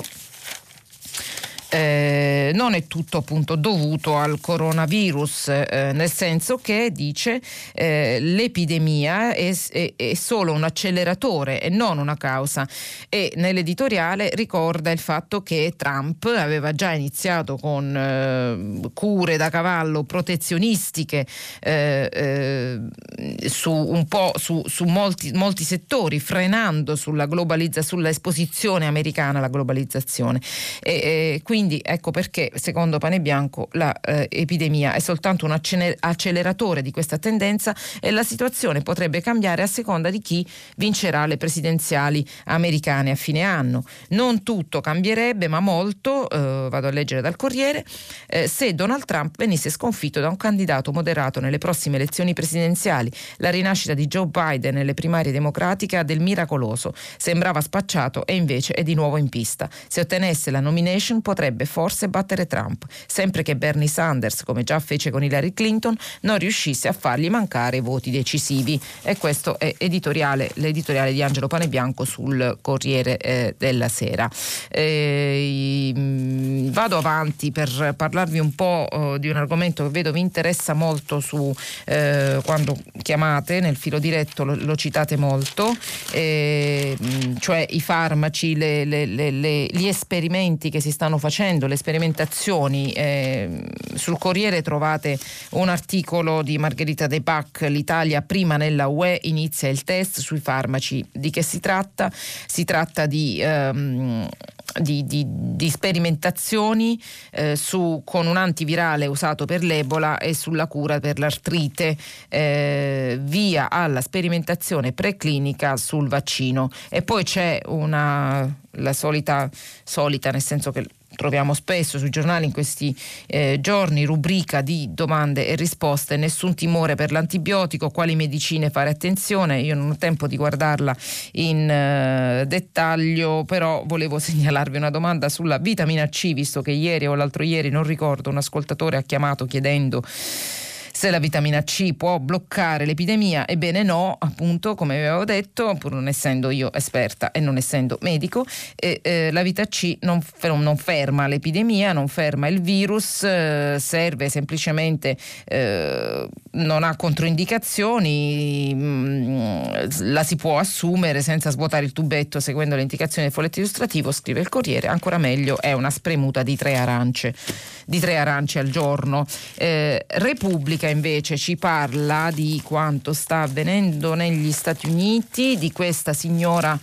Eh, non è tutto appunto dovuto al coronavirus, eh, nel senso che dice eh, l'epidemia è, è, è solo un acceleratore e non una causa, e nell'editoriale ricorda il fatto che Trump aveva già iniziato con eh, cure da cavallo protezionistiche eh, eh, su un po' su, su molti, molti settori, frenando sulla globalizza, sulla esposizione americana alla globalizzazione, e, e quindi Quindi ecco perché, secondo Panebianco, l'epidemia eh, è soltanto un acceleratore di questa tendenza e la situazione potrebbe cambiare a seconda di chi vincerà le presidenziali americane a fine anno. Non tutto cambierebbe, ma molto, eh, vado a leggere dal Corriere, eh, se Donald Trump venisse sconfitto da un candidato moderato nelle prossime elezioni presidenziali. La rinascita di Joe Biden nelle primarie democratiche ha del miracoloso. Sembrava spacciato e invece è di nuovo in pista. Se ottenesse la nomination potrebbe forse battere Trump, sempre che Bernie Sanders, come già fece con Hillary Clinton, non riuscisse a fargli mancare voti decisivi. E questo è editoriale, l'editoriale di Angelo Panebianco sul Corriere eh, della Sera. Eh, vado avanti per parlarvi un po' eh, di un argomento che vedo vi interessa molto, su eh, quando chiamate nel filo diretto lo, lo citate molto, eh, cioè i farmaci, le, le, le, le, gli esperimenti che si stanno facendo, le sperimentazioni. Eh, sul Corriere trovate un articolo di Margherita De Bac, l'Italia prima nella U E, inizia il test sui farmaci. Di che si tratta? Si tratta di ehm, Di, di, di sperimentazioni eh, su, con un antivirale usato per l'Ebola e sulla cura per l'artrite, eh, via alla sperimentazione preclinica sul vaccino. E poi c'è una la solita solita nel senso che troviamo spesso sui giornali in questi eh, giorni, rubrica di domande e risposte: nessun timore per l'antibiotico, quali medicine fare attenzione. Io non ho tempo di guardarla in eh, dettaglio, però volevo segnalarvi una domanda sulla vitamina C, visto che ieri o l'altro ieri, non ricordo, un ascoltatore ha chiamato chiedendo se la vitamina C può bloccare l'epidemia. Ebbene no, appunto, come avevo detto, pur non essendo io esperta e non essendo medico, eh, eh, la vitamina C non, non ferma l'epidemia, non ferma il virus, eh, serve semplicemente, eh, non ha controindicazioni, mh, la si può assumere senza svuotare il tubetto seguendo le indicazioni del foglietto illustrativo, scrive il Corriere. Ancora meglio è una spremuta di tre arance, di tre arance al giorno. Eh, Repubblica invece ci parla di quanto sta avvenendo negli Stati Uniti, di questa signora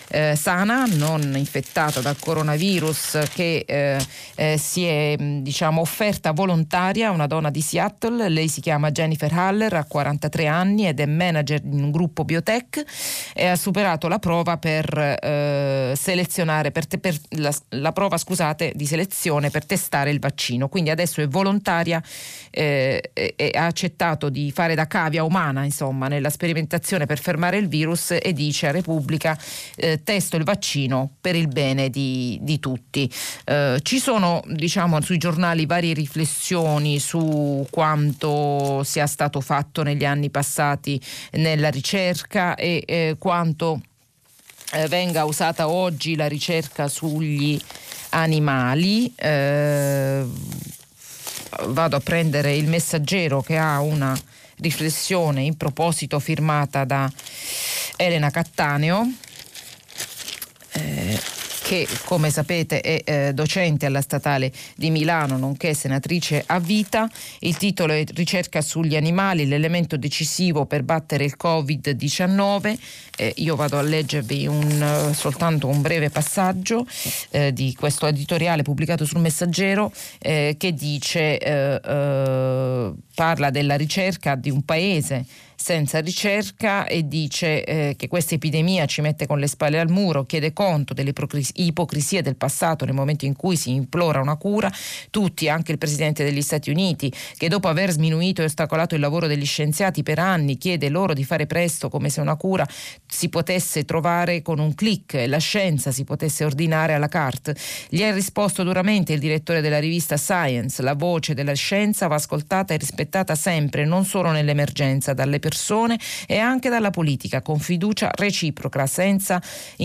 eh, sana, non infettata dal coronavirus, che eh, eh, si è diciamo offerta volontaria, una donna di Seattle. Lei si chiama Jennifer Haller, ha quarantatré anni ed è manager in un gruppo biotech e ha superato la prova per eh, selezionare per, te, per la, la prova scusate di selezione per testare il vaccino, quindi adesso è volontaria eh, e, e ha accettato di fare da cavia umana insomma nella sperimentazione per fermare il virus, e dice a Repubblica eh, testo il vaccino per il bene di, di tutti. Eh, ci sono diciamo sui giornali varie riflessioni su quanto sia stato fatto negli anni passati nella ricerca e eh, quanto eh, venga usata oggi la ricerca sugli animali. Eh, vado a prendere il Messaggero, che ha una riflessione in proposito firmata da Elena Cattaneo, eh, che come sapete è eh, docente alla Statale di Milano, nonché senatrice a vita. Il titolo è Ricerca sugli animali, l'elemento decisivo per battere il covid diciannove. Eh, io vado a leggervi un, soltanto un breve passaggio eh, di questo editoriale pubblicato sul Messaggero, eh, che dice eh, eh, parla della ricerca di un paese senza ricerca e dice eh, che questa epidemia ci mette con le spalle al muro, chiede conto delle ipocrisie del passato nel momento in cui si implora una cura. Tutti, anche il Presidente degli Stati Uniti, che dopo aver sminuito e ostacolato il lavoro degli scienziati per anni chiede loro di fare presto, come se una cura si potesse trovare con un click e la scienza si potesse ordinare alla carte. Gli ha risposto duramente il direttore della rivista Science: la voce della scienza va ascoltata e rispettata sempre, non solo nell'emergenza, dalle persone persone e anche dalla politica, con fiducia reciproca, senza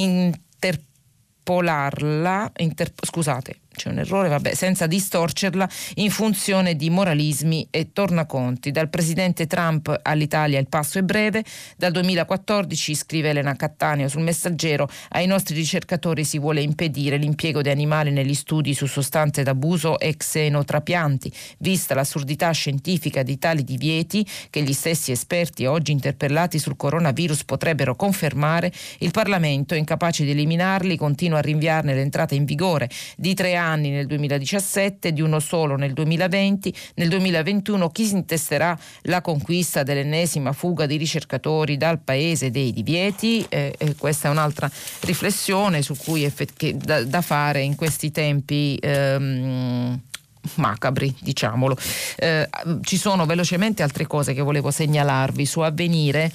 interpolarla, inter, scusate, c'è un errore, vabbè, senza distorcerla in funzione di moralismi e tornaconti. Dal presidente Trump all'Italia il passo è breve. Dal duemilaquattordici, scrive Elena Cattaneo sul Messaggero, ai nostri ricercatori si vuole impedire l'impiego di animali negli studi su sostanze d'abuso e xenotrapianti. Vista l'assurdità scientifica di tali divieti, che gli stessi esperti oggi interpellati sul coronavirus potrebbero confermare, il Parlamento, incapace di eliminarli, continua a rinviarne l'entrata in vigore di tre anni nel duemiladiciassette, di uno solo nel duemilaventi. Nel duemilaventuno chi si intesterà la conquista dell'ennesima fuga di ricercatori dal paese dei divieti? Eh, eh, questa è un'altra riflessione su cui effett- che, da, da fare in questi tempi ehm, macabri, diciamolo. Eh, ci sono velocemente altre cose che volevo segnalarvi. Su Avvenire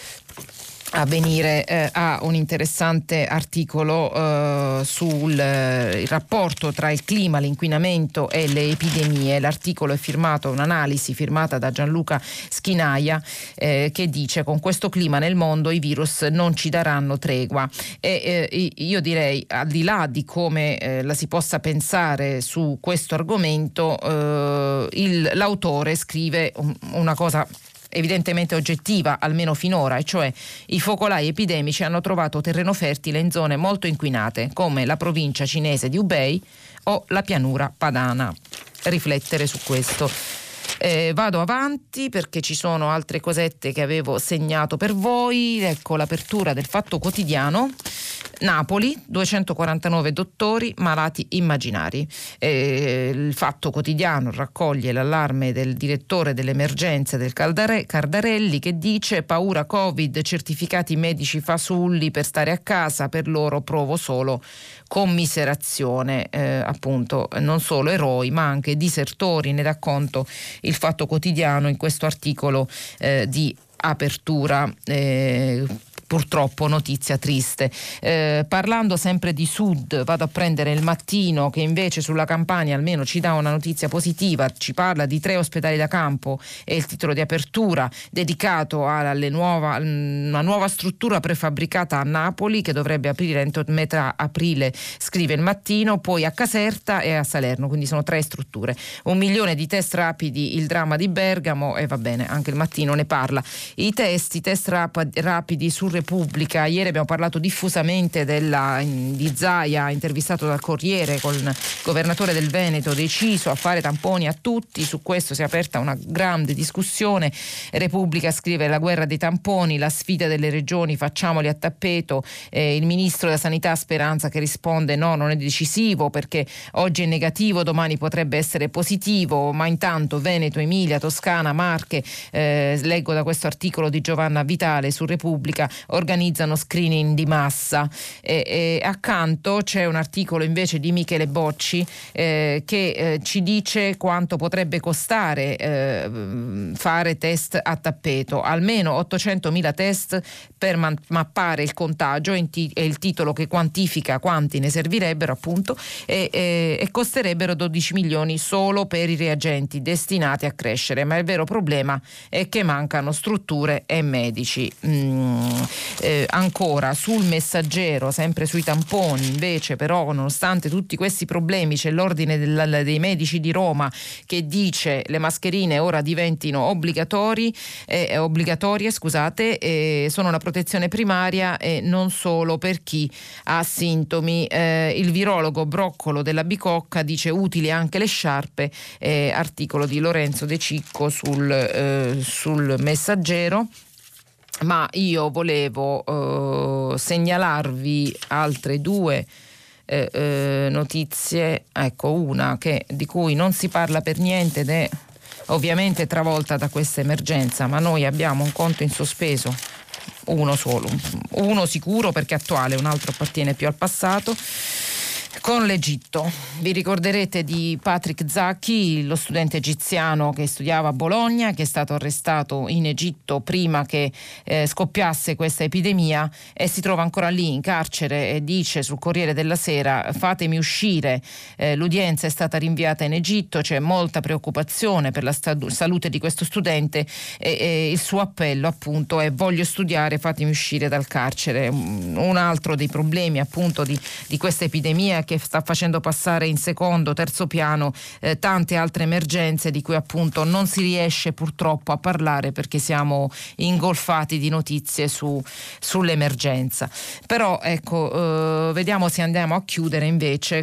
Avvenire eh, ha un interessante articolo eh, sul eh, il rapporto tra il clima, l'inquinamento e le epidemie. L'articolo è firmato, un'analisi firmata da Gianluca Schinaia, eh, che dice: con questo clima nel mondo i virus non ci daranno tregua. E eh, io direi, al di là di come eh, la si possa pensare su questo argomento, eh, il, l'autore scrive un, una cosa evidentemente oggettiva, almeno finora, e cioè i focolai epidemici hanno trovato terreno fertile in zone molto inquinate come la provincia cinese di Hubei o la pianura padana. Riflettere su questo. Eh, vado avanti perché ci sono altre cosette che avevo segnato per voi. Ecco l'apertura del Fatto Quotidiano. Napoli, duecentoquarantanove dottori malati immaginari. Eh, il Fatto Quotidiano raccoglie l'allarme del direttore delle emergenze del Caldare, Cardarelli, che dice: paura Covid, certificati medici fasulli per stare a casa, per loro provo solo commiserazione. Eh, appunto, non solo eroi ma anche disertori, ne dà conto il Fatto Quotidiano in questo articolo eh, di apertura. Eh, Purtroppo notizia triste. Eh, parlando sempre di Sud, vado a prendere Il Mattino, che invece sulla Campania almeno ci dà una notizia positiva, ci parla di tre ospedali da campo, è il titolo di apertura, dedicato alle nuova, una nuova struttura prefabbricata a Napoli che dovrebbe aprire entro metà aprile, scrive Il Mattino, poi a Caserta e a Salerno, quindi sono tre strutture. Un milione di test rapidi, il dramma di Bergamo, e va bene, anche Il Mattino ne parla. I test, i test rap- rapidi sul Repubblica. Ieri abbiamo parlato diffusamente della, di Zaia, intervistato dal Corriere, con il governatore del Veneto deciso a fare tamponi a tutti. Su questo si è aperta una grande discussione. Repubblica scrive: la guerra dei tamponi, la sfida delle regioni, facciamoli a tappeto. Eh, il ministro della Sanità Speranza che risponde: no, non è decisivo perché oggi è negativo, domani potrebbe essere positivo. Ma intanto Veneto, Emilia, Toscana, Marche, eh, leggo da questo articolo di Giovanna Vitale su Repubblica, organizzano screening di massa. E, e accanto c'è un articolo invece di Michele Bocci eh, che eh, ci dice quanto potrebbe costare eh, fare test a tappeto: almeno ottocentomila test per man- mappare il contagio, è il titolo che quantifica quanti ne servirebbero appunto, e, e, e costerebbero dodici milioni solo per i reagenti destinati a crescere. Ma il vero problema è che mancano strutture e medici. Mm, eh, ancora sul Messaggero, sempre sui tamponi, invece, però, nonostante tutti questi problemi, c'è l'ordine del, dei medici di Roma che dice le mascherine ora diventino obbligatori, eh, obbligatorie, scusate, eh, sono una protezione primaria e non solo per chi ha sintomi. Eh, il virologo Broccolo della Bicocca dice utili anche le sciarpe, eh, articolo di Lorenzo De Cicco sul, eh, sul Messaggero. Ma io volevo eh, segnalarvi altre due eh, eh, notizie. Ecco, una che, di cui non si parla per niente ed è ovviamente travolta da questa emergenza, ma noi abbiamo un conto in sospeso, uno solo, uno sicuro perché attuale, un altro appartiene più al passato, con l'Egitto. Vi ricorderete di Patrick Zaki, lo studente egiziano che studiava a Bologna, che è stato arrestato in Egitto prima che eh, scoppiasse questa epidemia e si trova ancora lì in carcere e dice sul Corriere della Sera: fatemi uscire, eh, l'udienza è stata rinviata in Egitto, c'è molta preoccupazione per la sta- salute di questo studente e, e il suo appello appunto è: voglio studiare, fatemi uscire dal carcere. Un altro dei problemi appunto di, di questa epidemia che sta facendo passare in secondo, terzo piano eh, tante altre emergenze di cui appunto non si riesce purtroppo a parlare perché siamo ingolfati di notizie su, sull'emergenza. Però ecco, eh, vediamo se andiamo a chiudere invece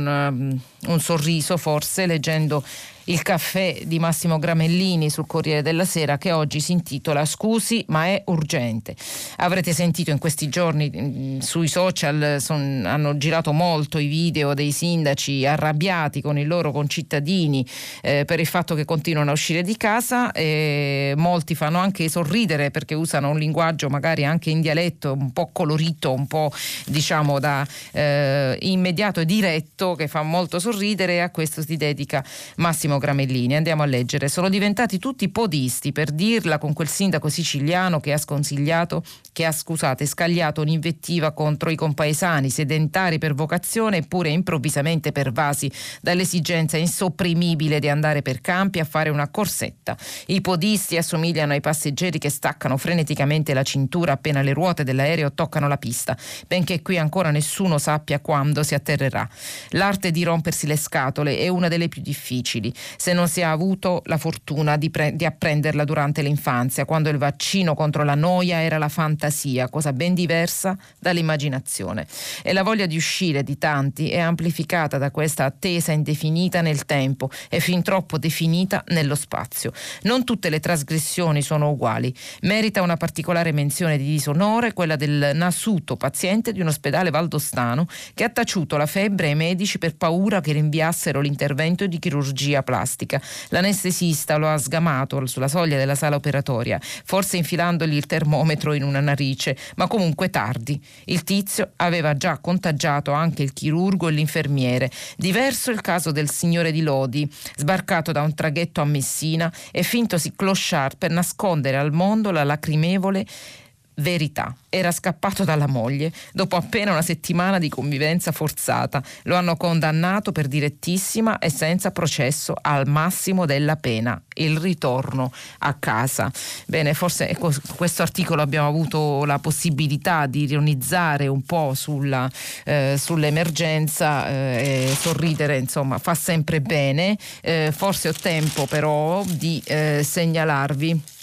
con eh, un sorriso, forse, leggendo il caffè di Massimo Gramellini sul Corriere della Sera, che oggi si intitola "Scusi, ma è urgente". Avrete sentito in questi giorni mh, sui social son, hanno girato molto i video dei sindaci arrabbiati con i loro concittadini eh, per il fatto che continuano a uscire di casa, e molti fanno anche sorridere perché usano un linguaggio magari anche in dialetto un po' colorito, un po' diciamo da eh, immediato e diretto, che fa molto sorridere, e a questo si dedica Massimo Gramellini. Andiamo a leggere: sono diventati tutti podisti, per dirla con quel sindaco siciliano che ha sconsigliato, che ha scusate, scagliato un'invettiva contro i compaesani, sedentari per vocazione eppure improvvisamente pervasi dall'esigenza insopprimibile di andare per campi a fare una corsetta. I podisti assomigliano ai passeggeri che staccano freneticamente la cintura appena le ruote dell'aereo toccano la pista, benché qui ancora nessuno sappia quando si atterrerà. L'arte di rompersi le scatole è una delle più difficili, se non si ha avuto la fortuna di, pre- di apprenderla durante l'infanzia, quando il vaccino contro la noia era la fantasia, cosa ben diversa dall'immaginazione. E la voglia di uscire di tanti è amplificata da questa attesa indefinita nel tempo e fin troppo definita nello spazio. Non tutte le trasgressioni sono uguali. Merita una particolare menzione di disonore quella del Nasuto, paziente di un ospedale valdostano, che ha taciuto la febbre ai medici per paura che rinviassero l'intervento di chirurgia plastica. L'anestesista lo ha sgamato sulla soglia della sala operatoria, forse infilandogli il termometro in una narice, ma comunque tardi. Il tizio aveva già contagiato anche il chirurgo e l'infermiere. Diverso il caso del signore di Lodi, sbarcato da un traghetto a Messina e fintosi clochard per nascondere al mondo la lacrimevole verità. Era scappato dalla moglie dopo appena una settimana di convivenza forzata. Lo hanno condannato per direttissima e senza processo al massimo della pena, il ritorno a casa. Bene, forse ecco, questo articolo abbiamo avuto la possibilità di ironizzare un po' sulla, eh, sull'emergenza eh, e sorridere, insomma, fa sempre bene. Eh, forse ho tempo però di eh, segnalarvi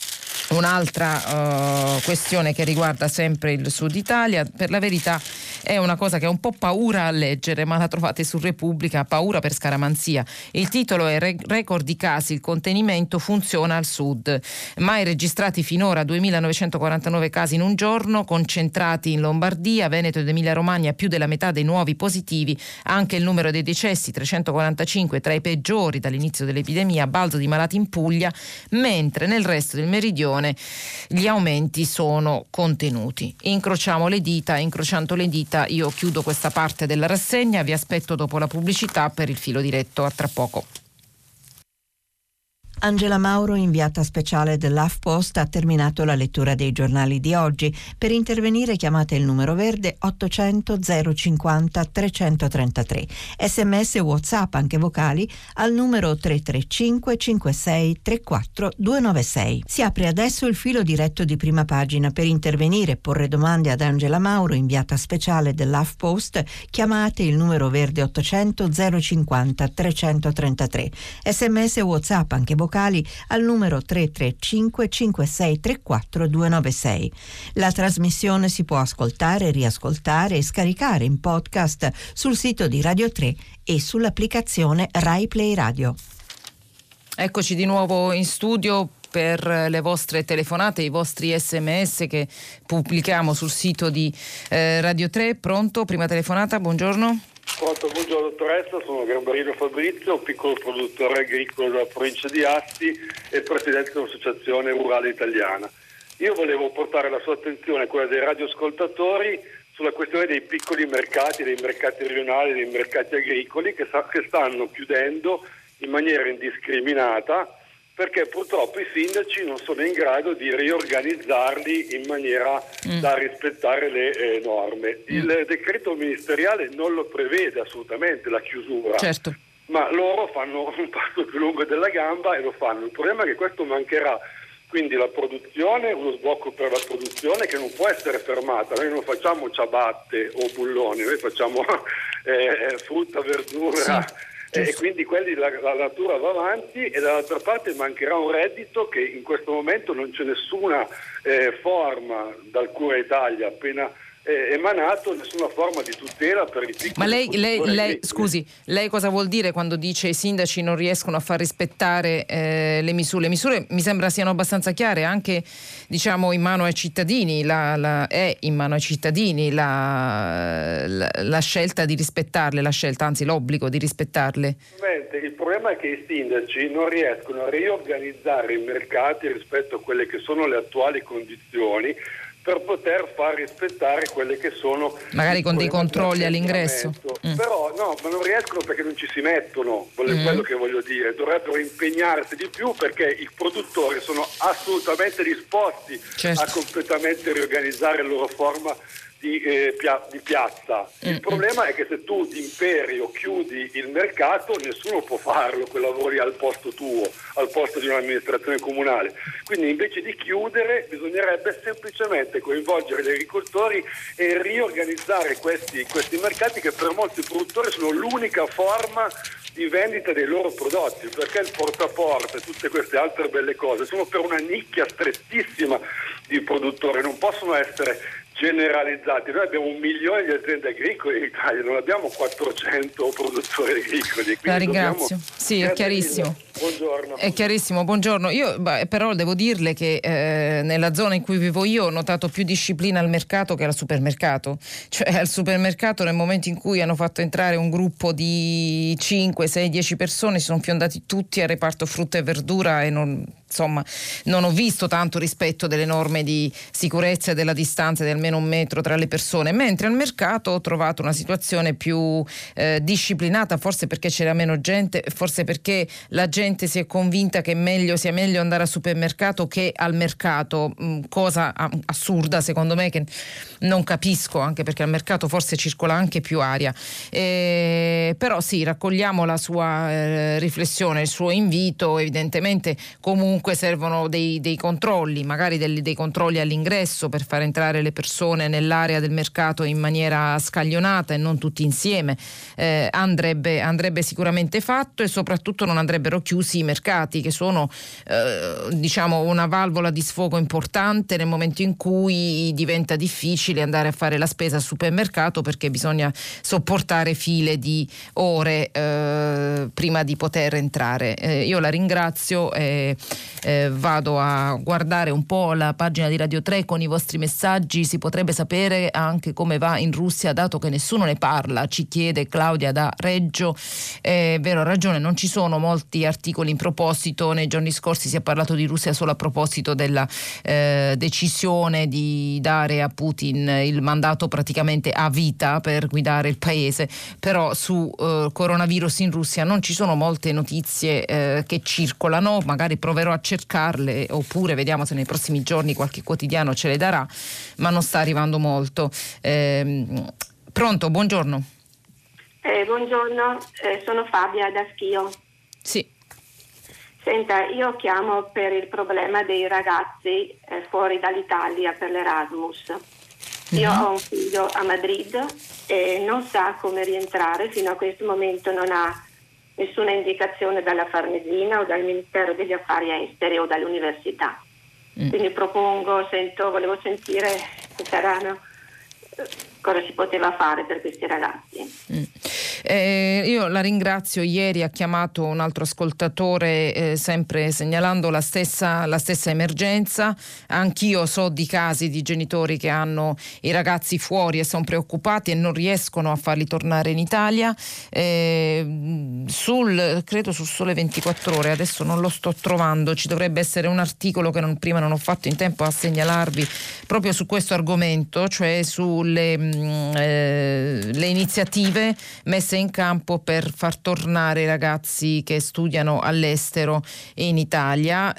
Un'altra uh, questione che riguarda sempre il Sud Italia, per la verità è una cosa che è un po' paura a leggere, ma la trovate su Repubblica, paura per scaramanzia. Il titolo è Re- record di casi, il contenimento funziona al Sud. Mai registrati finora duemilanovecentokwarantanove casi in un giorno, concentrati in Lombardia, Veneto ed Emilia Romagna, più della metà dei nuovi positivi, anche il numero dei decessi, trecentoquarantacinque, tra i peggiori dall'inizio dell'epidemia, balzo di malati in Puglia, mentre nel resto del meridione gli aumenti sono contenuti. Incrociamo le dita, incrociando le dita io chiudo questa parte della rassegna, vi aspetto dopo la pubblicità per il filo diretto, a tra poco. Angela Mauro, inviata speciale dell'HuffPost, ha terminato la lettura dei giornali di oggi. Per intervenire chiamate il numero verde ottocento zero cinquanta trecentotrentatré. Sms e WhatsApp, anche vocali, al numero tre tre cinque cinque sei tre quattro due nove sei. Si apre adesso il filo diretto di Prima Pagina. Per intervenire e porre domande ad Angela Mauro, inviata speciale dell'HuffPost, chiamate il numero verde ottocento zero cinquanta trecentotrentatré. Sms e WhatsApp, anche vocali, al numero tre tre cinque cinque sei tre quattro due nove sei. La trasmissione si può ascoltare, riascoltare e scaricare in podcast sul sito di Radio tre e sull'applicazione Rai Play Radio. Eccoci di nuovo in studio per le vostre telefonate, i vostri sms che pubblichiamo sul sito di eh, Radio tre. Pronto? Prima telefonata, buongiorno. Pronto, buongiorno dottoressa, sono Gambarino Fabrizio, piccolo produttore agricolo della provincia di Asti e presidente dell'Associazione Rurale Italiana. Io volevo portare la sua attenzione, quella dei radioascoltatori, sulla questione dei piccoli mercati, dei mercati rionali, dei mercati agricoli che, sa- che stanno chiudendo in maniera indiscriminata, perché purtroppo i sindaci non sono in grado di riorganizzarli in maniera mm. da rispettare le eh, norme. Mm. Il decreto ministeriale non lo prevede assolutamente la chiusura, certo. ma loro fanno un passo più lungo della gamba e lo fanno. Il problema è che questo mancherà, quindi la produzione, uno sblocco per la produzione che non può essere fermata. Noi non facciamo ciabatte o bulloni, noi facciamo eh, frutta, verdura. Sì. E quindi quelli la, la natura va avanti e dall'altra parte mancherà un reddito che in questo momento non c'è nessuna eh, forma dal Cura Italia appena eh, emanato, nessuna forma di tutela per i piccoli. Ma lei, lei, lei scusi, lei cosa vuol dire quando dice i sindaci non riescono a far rispettare eh, le misure? Le misure mi sembra siano abbastanza chiare, anche diciamo in mano ai cittadini, la, la, è in mano ai cittadini la, la, la scelta di rispettarle, la scelta, anzi l'obbligo di rispettarle. Il problema è che i sindaci non riescono a riorganizzare i mercati rispetto a quelle che sono le attuali condizioni per poter far rispettare quelle che sono magari con dei controlli all'ingresso. Mm. Però no, ma non riescono perché non ci si mettono, quello, mm. quello che voglio dire. Dovrebbero impegnarsi di più perché i produttori sono assolutamente disposti certo. a completamente riorganizzare la loro forma di, eh, pia- di piazza. Il mm. problema è che se tu imperi o chiudi il mercato, nessuno può farlo quei lavori al posto tuo, al posto di un'amministrazione comunale. Quindi invece di chiudere bisognerebbe semplicemente coinvolgere gli agricoltori e riorganizzare questi, questi mercati che per molti produttori sono l'unica forma di vendita dei loro prodotti, perché il porta a porta e tutte queste altre belle cose sono per una nicchia strettissima di produttori, non possono essere generalizzati. Noi abbiamo un milione di aziende agricole in Italia, non abbiamo quattrocento produttori agricoli. La ringrazio. Sì, è chiarissimo. Buongiorno. È chiarissimo, buongiorno. Io beh, però devo dirle che eh, nella zona in cui vivo io ho notato più disciplina al mercato che al supermercato. Cioè al supermercato nel momento in cui hanno fatto entrare un gruppo di cinque, sei, dieci persone si sono fiondati tutti al reparto frutta e verdura e non... Insomma, non ho visto tanto rispetto delle norme di sicurezza e della distanza di almeno un metro tra le persone, mentre al mercato ho trovato una situazione più eh, disciplinata, forse perché c'era meno gente, forse perché la gente si è convinta che meglio, sia meglio andare al supermercato che al mercato, mh, cosa assurda secondo me che non capisco, anche perché al mercato forse circola anche più aria. Eh, però sì, raccogliamo la sua eh, riflessione, il suo invito, evidentemente comunque comunque servono dei, dei controlli, magari dei, dei controlli all'ingresso per far entrare le persone nell'area del mercato in maniera scaglionata e non tutti insieme. Eh, andrebbe, andrebbe sicuramente fatto, e soprattutto non andrebbero chiusi i mercati, che sono eh, diciamo una valvola di sfogo importante nel momento in cui diventa difficile andare a fare la spesa al supermercato, perché bisogna sopportare file di ore eh, prima di poter entrare. Eh, io la ringrazio e eh, vado a guardare un po' la pagina di Radio tre con i vostri messaggi. Si potrebbe sapere anche come va in Russia, dato che nessuno ne parla, ci chiede Claudia da Reggio. È vero, ha ragione, non ci sono molti articoli in proposito. Nei giorni scorsi si è parlato di Russia solo a proposito della eh, decisione di dare a Putin il mandato praticamente a vita per guidare il paese, però su eh, coronavirus in Russia non ci sono molte notizie eh, che circolano. Magari proverò a cercarle, oppure vediamo se nei prossimi giorni qualche quotidiano ce le darà, ma non sta arrivando molto. Eh, pronto, buongiorno. Eh, buongiorno, eh, sono Fabia da Schio. Sì. Senta, io chiamo per il problema dei ragazzi eh, fuori dall'Italia per l'Erasmus. Io mm-hmm. ho un figlio a Madrid e non sa come rientrare, fino a questo momento non ha nessuna indicazione dalla Farnesina o dal Ministero degli Affari Esteri o dall'università. Mm. Quindi propongo, sento, volevo sentire se saranno, cosa si poteva fare per questi ragazzi. Mm. Eh, io la ringrazio. Ieri ha chiamato un altro ascoltatore eh, sempre segnalando la stessa, la stessa emergenza. Anch'io so di casi di genitori che hanno i ragazzi fuori e sono preoccupati e non riescono a farli tornare in Italia. Eh, sul, credo sul Sole ventiquattro Ore, adesso non lo sto trovando, ci dovrebbe essere un articolo che non, prima non ho fatto in tempo a segnalarvi proprio su questo argomento, cioè sulle mh, eh, le iniziative messe in campo per far tornare i ragazzi che studiano all'estero in Italia.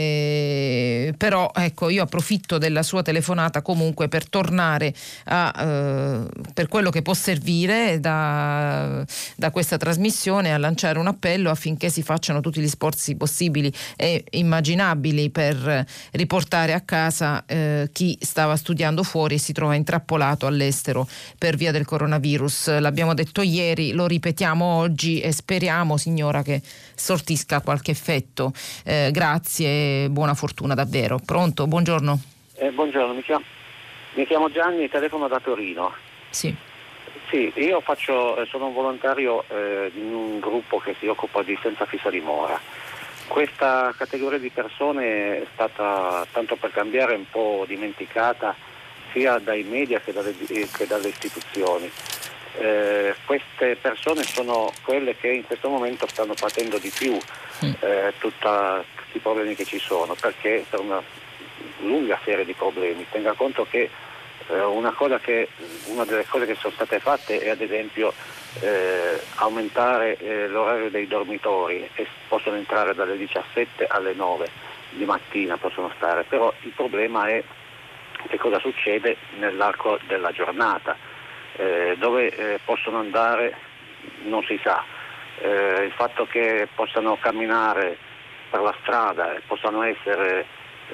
Eh, però ecco, io approfitto della sua telefonata comunque per tornare a eh, per quello che può servire da, da questa trasmissione, a lanciare un appello affinché si facciano tutti gli sforzi possibili e immaginabili per riportare a casa eh, chi stava studiando fuori e si trova intrappolato all'estero per via del coronavirus. L'abbiamo detto ieri, lo ripetiamo oggi e speriamo, signora, che sortisca qualche effetto. Eh, grazie e buona fortuna davvero. Pronto, buongiorno. Eh, buongiorno, mi chiamo, mi chiamo Gianni, telefono da Torino. Sì. Sì, io faccio, sono un volontario eh, in un gruppo che si occupa di senza fissa dimora. Questa categoria di persone è stata, tanto per cambiare, un po' dimenticata sia dai media che dalle, che dalle istituzioni. Eh, queste persone sono quelle che in questo momento stanno patendo di più eh, tutta, tutti i problemi che ci sono, perché per una lunga serie di problemi. Tenga conto che eh, una cosa che una delle cose che sono state fatte è ad esempio eh, aumentare eh, l'orario dei dormitori, e possono entrare dalle diciassette alle nove di mattina, possono stare, però il problema è che cosa succede nell'arco della giornata. Eh, dove eh, possono andare non si sa. Eh, il fatto che possano camminare per la strada e possano essere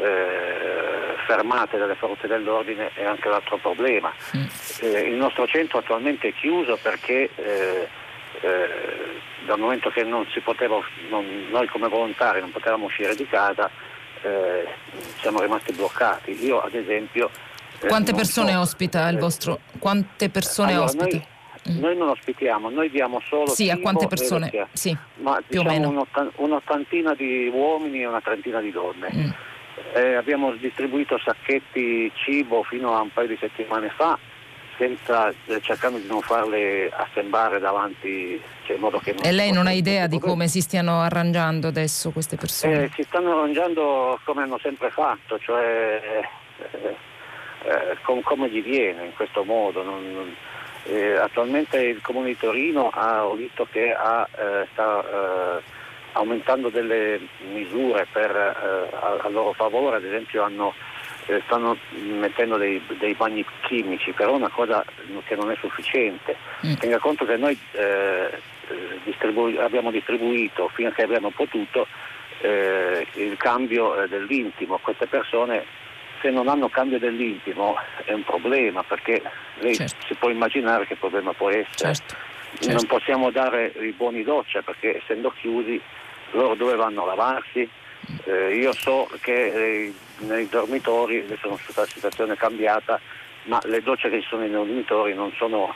eh, fermate dalle forze dell'ordine è anche l'altro problema. Mm. Eh, il nostro centro attualmente è chiuso perché eh, eh, dal momento che non si poteva, non, noi come volontari non potevamo uscire di casa, eh, siamo rimasti bloccati. Io ad esempio Quante persone so. ospita il vostro? Quante persone allora, ospita? Noi, mm. noi non ospitiamo, noi diamo solo sì, cibo a quante persone? E sì, ma più diciamo o meno. Un'ottan- un'ottantina di uomini e una trentina di donne. Mm. Eh, abbiamo distribuito sacchetti cibo fino a un paio di settimane fa, senza, eh, cercando di non farle assemblare davanti, cioè in modo che non. E lei non ha idea di come si stiano arrangiando adesso queste persone? Eh, si stanno arrangiando come hanno sempre fatto, cioè eh, Eh, com- come gli viene in questo modo. Non, non, eh, attualmente il Comune di Torino ha ho visto che ha, eh, sta eh, aumentando delle misure per, eh, a-, a loro favore, ad esempio hanno, eh, stanno mettendo dei, dei bagni chimici, però è una cosa che non è sufficiente. Mm. Tenga conto che noi eh, distribu- abbiamo distribuito fino a che abbiamo potuto eh, il cambio eh, dell'intimo. Queste persone, se non hanno cambio dell'intimo, è un problema, perché lei certo. si può immaginare che problema può essere. Certo. Certo. Non possiamo dare i buoni doccia, perché essendo chiusi loro dove vanno a lavarsi? Eh, io so che eh, nei dormitori, adesso non so, la situazione è cambiata, ma le docce che ci sono nei dormitori non sono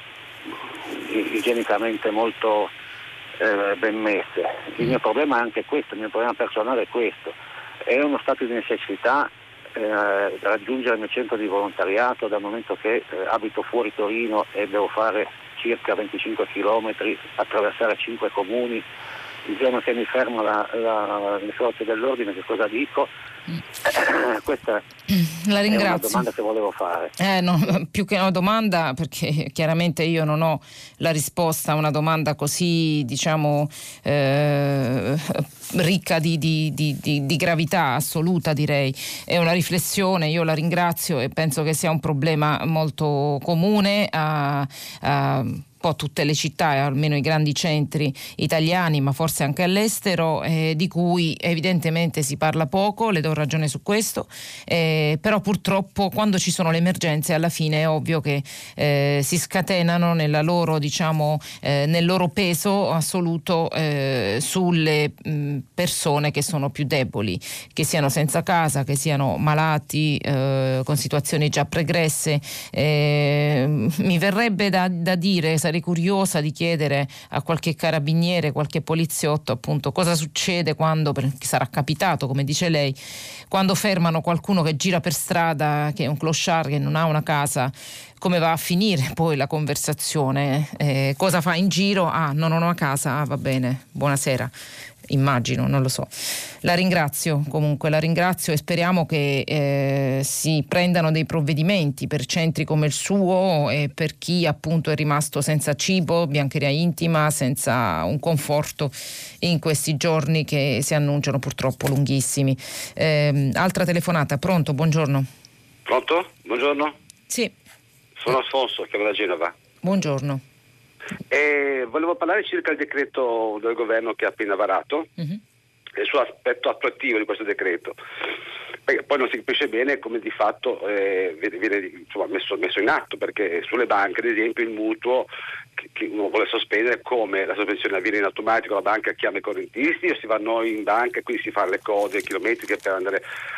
igienicamente molto eh, ben messe. Il mio problema è anche questo, il mio problema personale è questo. È uno stato di necessità eh, raggiungere il mio centro di volontariato, dal momento che eh, abito fuori Torino e devo fare circa venticinque chilometri, attraversare cinque comuni. Il giorno che mi fermo la, la, le forze dell'ordine, che cosa dico? Mm. Eh, questa la ringrazio. È una domanda che volevo fare. Eh, no, più che una domanda, perché chiaramente io non ho la risposta a una domanda così, diciamo, eh, ricca di, di, di, di, di gravità assoluta, direi. È una riflessione, io la ringrazio e penso che sia un problema molto comune a, a po' tutte le città, almeno i grandi centri italiani, ma forse anche all'estero, eh, di cui evidentemente si parla poco, le do ragione su questo, eh, però purtroppo quando ci sono le emergenze alla fine è ovvio che eh, si scatenano nella loro, diciamo, eh, nel loro peso assoluto eh, sulle mh, persone che sono più deboli, che siano senza casa, che siano malati, eh, con situazioni già pregresse. Eh, mi verrebbe da, da dire, sarei curiosa di chiedere a qualche carabiniere, qualche poliziotto, appunto, cosa succede quando, perché sarà capitato, come dice lei, quando fermano qualcuno che gira per strada, che è un clochard, che non ha una casa, come va a finire poi la conversazione? Eh, cosa fa in giro? Ah, non ho una casa, ah, va bene, buonasera. Immagino, non lo so. La ringrazio comunque, la ringrazio e speriamo che eh, si prendano dei provvedimenti per centri come il suo e per chi appunto è rimasto senza cibo, biancheria intima, senza un conforto in questi giorni che si annunciano purtroppo lunghissimi. Eh, altra telefonata, pronto? Buongiorno. Pronto? Buongiorno. Sì. Sono Alfonso, chiamo da Genova. Buongiorno. E volevo parlare circa il decreto del governo che ha appena varato, uh-huh. e il suo aspetto attuativo di questo decreto, perché poi non si capisce bene come di fatto eh, viene, viene insomma, messo, messo in atto, perché sulle banche ad esempio il mutuo che, che uno vuole sospendere, come la sospensione avviene in automatico, la banca chiama i correntisti o si va noi in banca e quindi si fanno le cose chilometriche per andare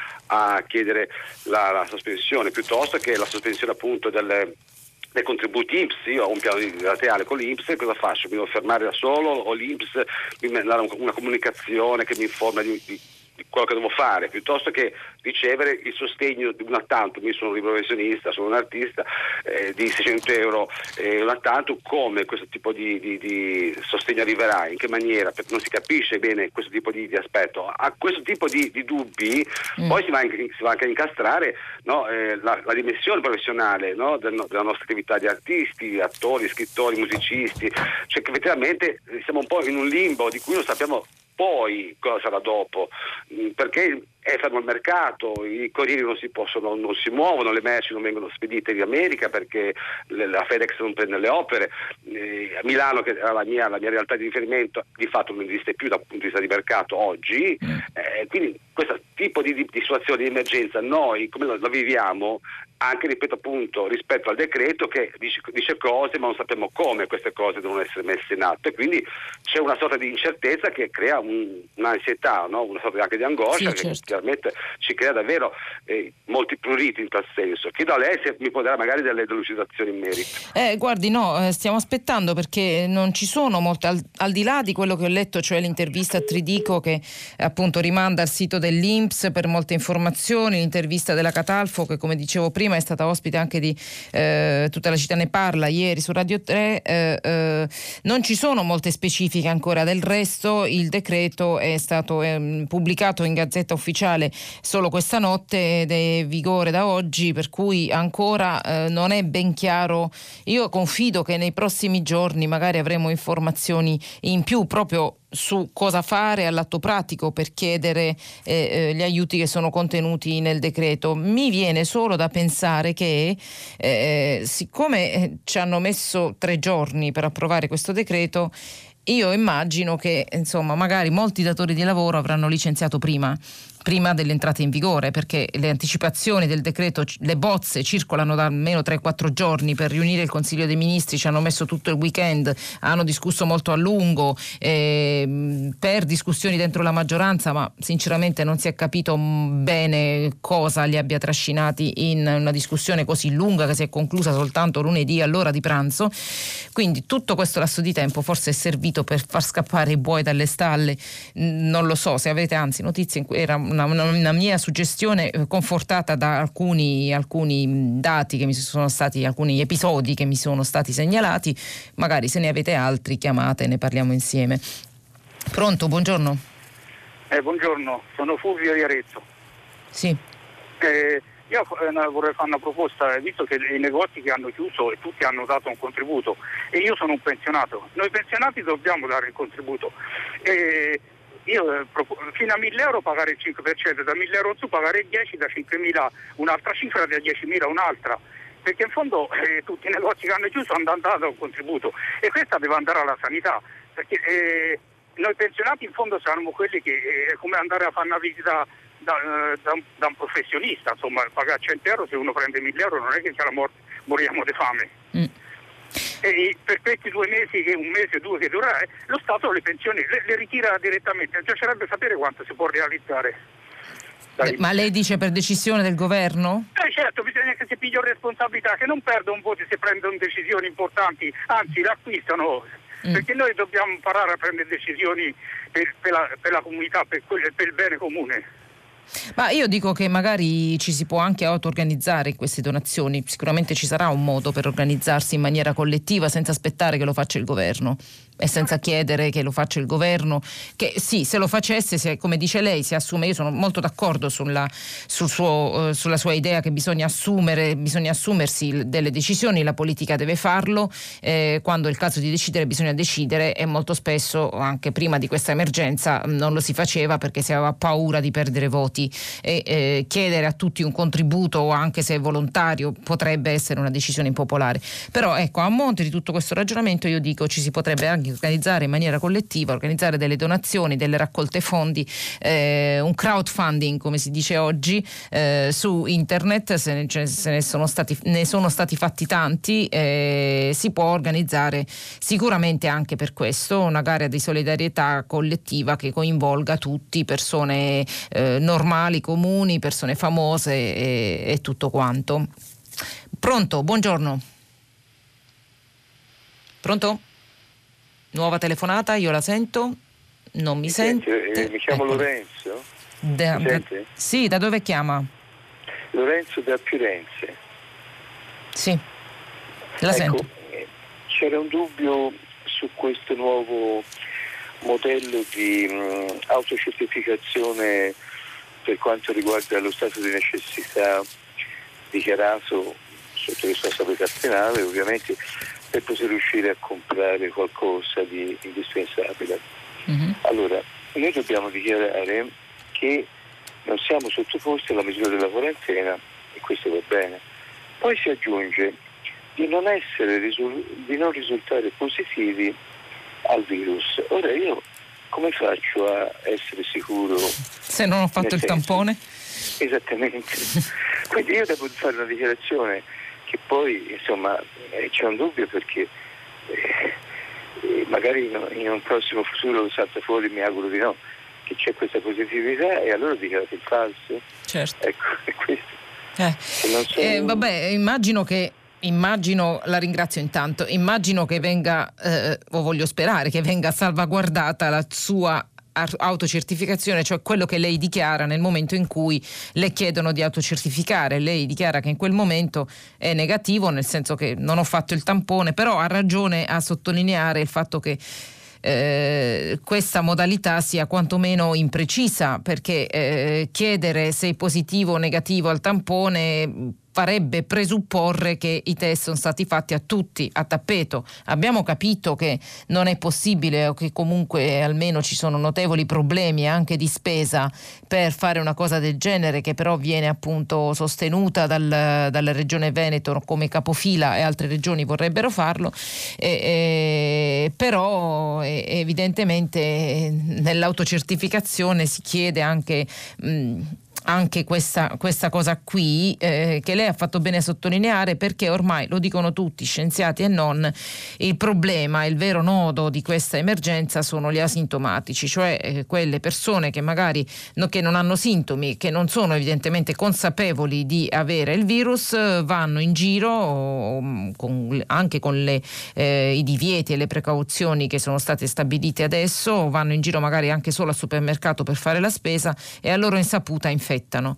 a chiedere la, la sospensione, piuttosto che la sospensione appunto delle dei contributi I N P S. Io ho un piano bilaterale con l'I N P S, cosa faccio? Mi devo fermare da solo o l'I N P S mi dà una comunicazione che mi informa di, di, di quello che devo fare, piuttosto che ricevere il sostegno di una tantum. Io sono un libero professionista, sono un artista, eh, di seicento euro eh, una tantum. Come questo tipo di, di, di sostegno arriverà? In che maniera? Perché non si capisce bene questo tipo di, di aspetto. A questo tipo di, di dubbi mm. poi si va, anche, si va anche a incastrare, no, eh, la, la dimensione professionale, no, del, della nostra attività di artisti, attori, scrittori, musicisti, cioè che effettivamente siamo un po' in un limbo di cui non sappiamo poi cosa sarà dopo, perché è fermo il mercato, i corrieri non si possono, non si muovono, le merci non vengono spedite in America perché la FedEx non prende le opere. Eh, a Milano, che era la mia, la mia realtà di riferimento, di fatto non esiste più dal punto di vista di mercato oggi, eh, quindi questo tipo di, di, di situazione di emergenza noi come la, la viviamo, anche, ripeto appunto, rispetto al decreto che dice, dice cose ma non sappiamo come queste cose devono essere messe in atto, e quindi c'è una sorta di incertezza che crea un, un'ansietà, no? Una sorta anche di angoscia, sì, che certo. chiaramente ci crea davvero eh, molti pruriti in tal senso. Chiedo a lei se mi può dare magari delle delucidazioni in merito. Eh, guardi, no, stiamo aspettando perché non ci sono molte, al, al di là di quello che ho letto, cioè l'intervista a Tridico che appunto rimanda al sito dell'I N P S per molte informazioni, l'intervista della Catalfo che, come dicevo prima, è stata ospite anche di eh, Tutta la città ne parla ieri su Radio tre, eh, eh, non ci sono molte specifiche ancora. Del resto il decreto è stato eh, pubblicato in Gazzetta Ufficiale solo questa notte ed è in vigore da oggi, per cui ancora eh, non è ben chiaro. Io confido che nei prossimi giorni magari avremo informazioni in più proprio su cosa fare all'atto pratico per chiedere eh, gli aiuti che sono contenuti nel decreto. Mi viene solo da pensare che eh, siccome ci hanno messo tre giorni per approvare questo decreto, io immagino che insomma magari molti datori di lavoro avranno licenziato prima prima dell'entrata in vigore, perché le anticipazioni del decreto, le bozze circolano da almeno tre quattro giorni. Per riunire il Consiglio dei Ministri ci hanno messo tutto il weekend, hanno discusso molto a lungo eh, per discussioni dentro la maggioranza, ma sinceramente non si è capito bene cosa li abbia trascinati in una discussione così lunga che si è conclusa soltanto lunedì all'ora di pranzo. Quindi tutto questo lasso di tempo forse è servito per far scappare i buoi dalle stalle. Non lo so, se avete anzi notizie, era Una, una mia suggestione confortata da alcuni, alcuni dati che mi sono stati, alcuni episodi che mi sono stati segnalati. Magari se ne avete altri chiamate e ne parliamo insieme. Pronto, buongiorno. Eh, buongiorno, sono Fulvio di Arezzo. Sì. Eh, io eh, vorrei fare una proposta, visto che i negozi che hanno chiuso e tutti hanno dato un contributo e io sono un pensionato, noi pensionati dobbiamo dare il contributo. Eh, Io eh, fino a mille euro pagare il cinque per cento, da mille euro in su pagare il dieci, da cinquemila un'altra cifra, da diecimila un'altra, perché in fondo eh, tutti i negozi che hanno chiuso hanno dato un contributo e questa deve andare alla sanità, perché eh, noi pensionati in fondo saremmo quelli che è eh, come andare a fare una visita da, eh, da, un, da un professionista, insomma pagare cento euro, se uno prende mille euro non è che ce la mor- moriamo di fame. Mm. E per questi due mesi, che un mese o due che durerà, lo Stato le pensioni le, le ritira direttamente. Piacerebbe sapere quanto si può realizzare. Dai. Ma lei dice per decisione del governo? Eh certo, bisogna che si pigliano responsabilità, che non perdono voti se prendono decisioni importanti, anzi l'acquistano, mm. perché noi dobbiamo imparare a prendere decisioni per, per, la, per la comunità, per, per il bene comune. Ma io dico che magari ci si può anche auto-organizzare in queste donazioni, sicuramente ci sarà un modo per organizzarsi in maniera collettiva senza aspettare che lo faccia il governo e senza chiedere che lo faccia il governo, che sì, se lo facesse, se, come dice lei, si assume. Io sono molto d'accordo sulla, sul suo, uh, sulla sua idea che bisogna assumere, bisogna assumersi delle decisioni, la politica deve farlo, eh, quando è il caso di decidere bisogna decidere, e molto spesso anche prima di questa emergenza non lo si faceva perché si aveva paura di perdere voti e eh, chiedere a tutti un contributo, anche se volontario, potrebbe essere una decisione impopolare. Però ecco, a monte di tutto questo ragionamento io dico ci si potrebbe anche organizzare in maniera collettiva, organizzare delle donazioni, delle raccolte fondi, eh, un crowdfunding come si dice oggi, eh, su internet, se ne, cioè, se ne sono stati ne sono stati fatti tanti, eh, si può organizzare sicuramente anche per questo una gara di solidarietà collettiva che coinvolga tutti, persone eh, normali, comuni, persone famose e, e tutto quanto. Pronto, buongiorno. Pronto? Nuova telefonata, io la sento, non mi, mi sente. sente. Eh, mi chiamo ecco. Lorenzo. Da, mi da, sente? Sì, da dove chiama? Lorenzo da Firenze. Sì, la ecco, sento. C'era un dubbio su questo nuovo modello di mh, autocertificazione per quanto riguarda lo stato di necessità dichiarato sotto responsabilità penale, ovviamente, per poter riuscire a comprare qualcosa di indispensabile. Mm-hmm. Allora, noi dobbiamo dichiarare che non siamo sottoposti alla misura della quarantena e questo va bene. Poi si aggiunge di non essere risul- di non risultare positivi al virus. Ora io come faccio a essere sicuro se non ho fatto il senso? Tampone? Esattamente. Quindi io devo fare una dichiarazione che poi insomma eh, c'è un dubbio perché eh, eh, magari in, in un prossimo futuro salta fuori, mi auguro di no, che c'è questa positività e allora dichiarate il falso. Certo. Ecco, è questo. Eh. So... Eh, vabbè, immagino che Immagino, la ringrazio intanto, immagino che venga, eh, o voglio sperare che venga salvaguardata la sua autocertificazione, cioè quello che lei dichiara nel momento in cui le chiedono di autocertificare. Lei dichiara che in quel momento è negativo, nel senso che non ho fatto il tampone, però ha ragione a sottolineare il fatto che Eh, questa modalità sia quantomeno imprecisa, perché eh, chiedere se è positivo o negativo al tampone farebbe presupporre che i test sono stati fatti a tutti a tappeto. Abbiamo capito che non è possibile, o che comunque almeno ci sono notevoli problemi anche di spesa per fare una cosa del genere, che però viene appunto sostenuta dal, dalla Regione Veneto come capofila, e altre regioni vorrebbero farlo, e, e, però e, evidentemente nell'autocertificazione si chiede anche mh, anche questa, questa cosa qui eh, che lei ha fatto bene a sottolineare, perché ormai lo dicono tutti, scienziati e non, il problema, il vero nodo di questa emergenza sono gli asintomatici, cioè eh, quelle persone che magari no, che non hanno sintomi, che non sono evidentemente consapevoli di avere il virus, vanno in giro con, anche con le, eh, i divieti e le precauzioni che sono state stabilite adesso, vanno in giro magari anche solo al supermercato per fare la spesa e a loro insaputa infettano.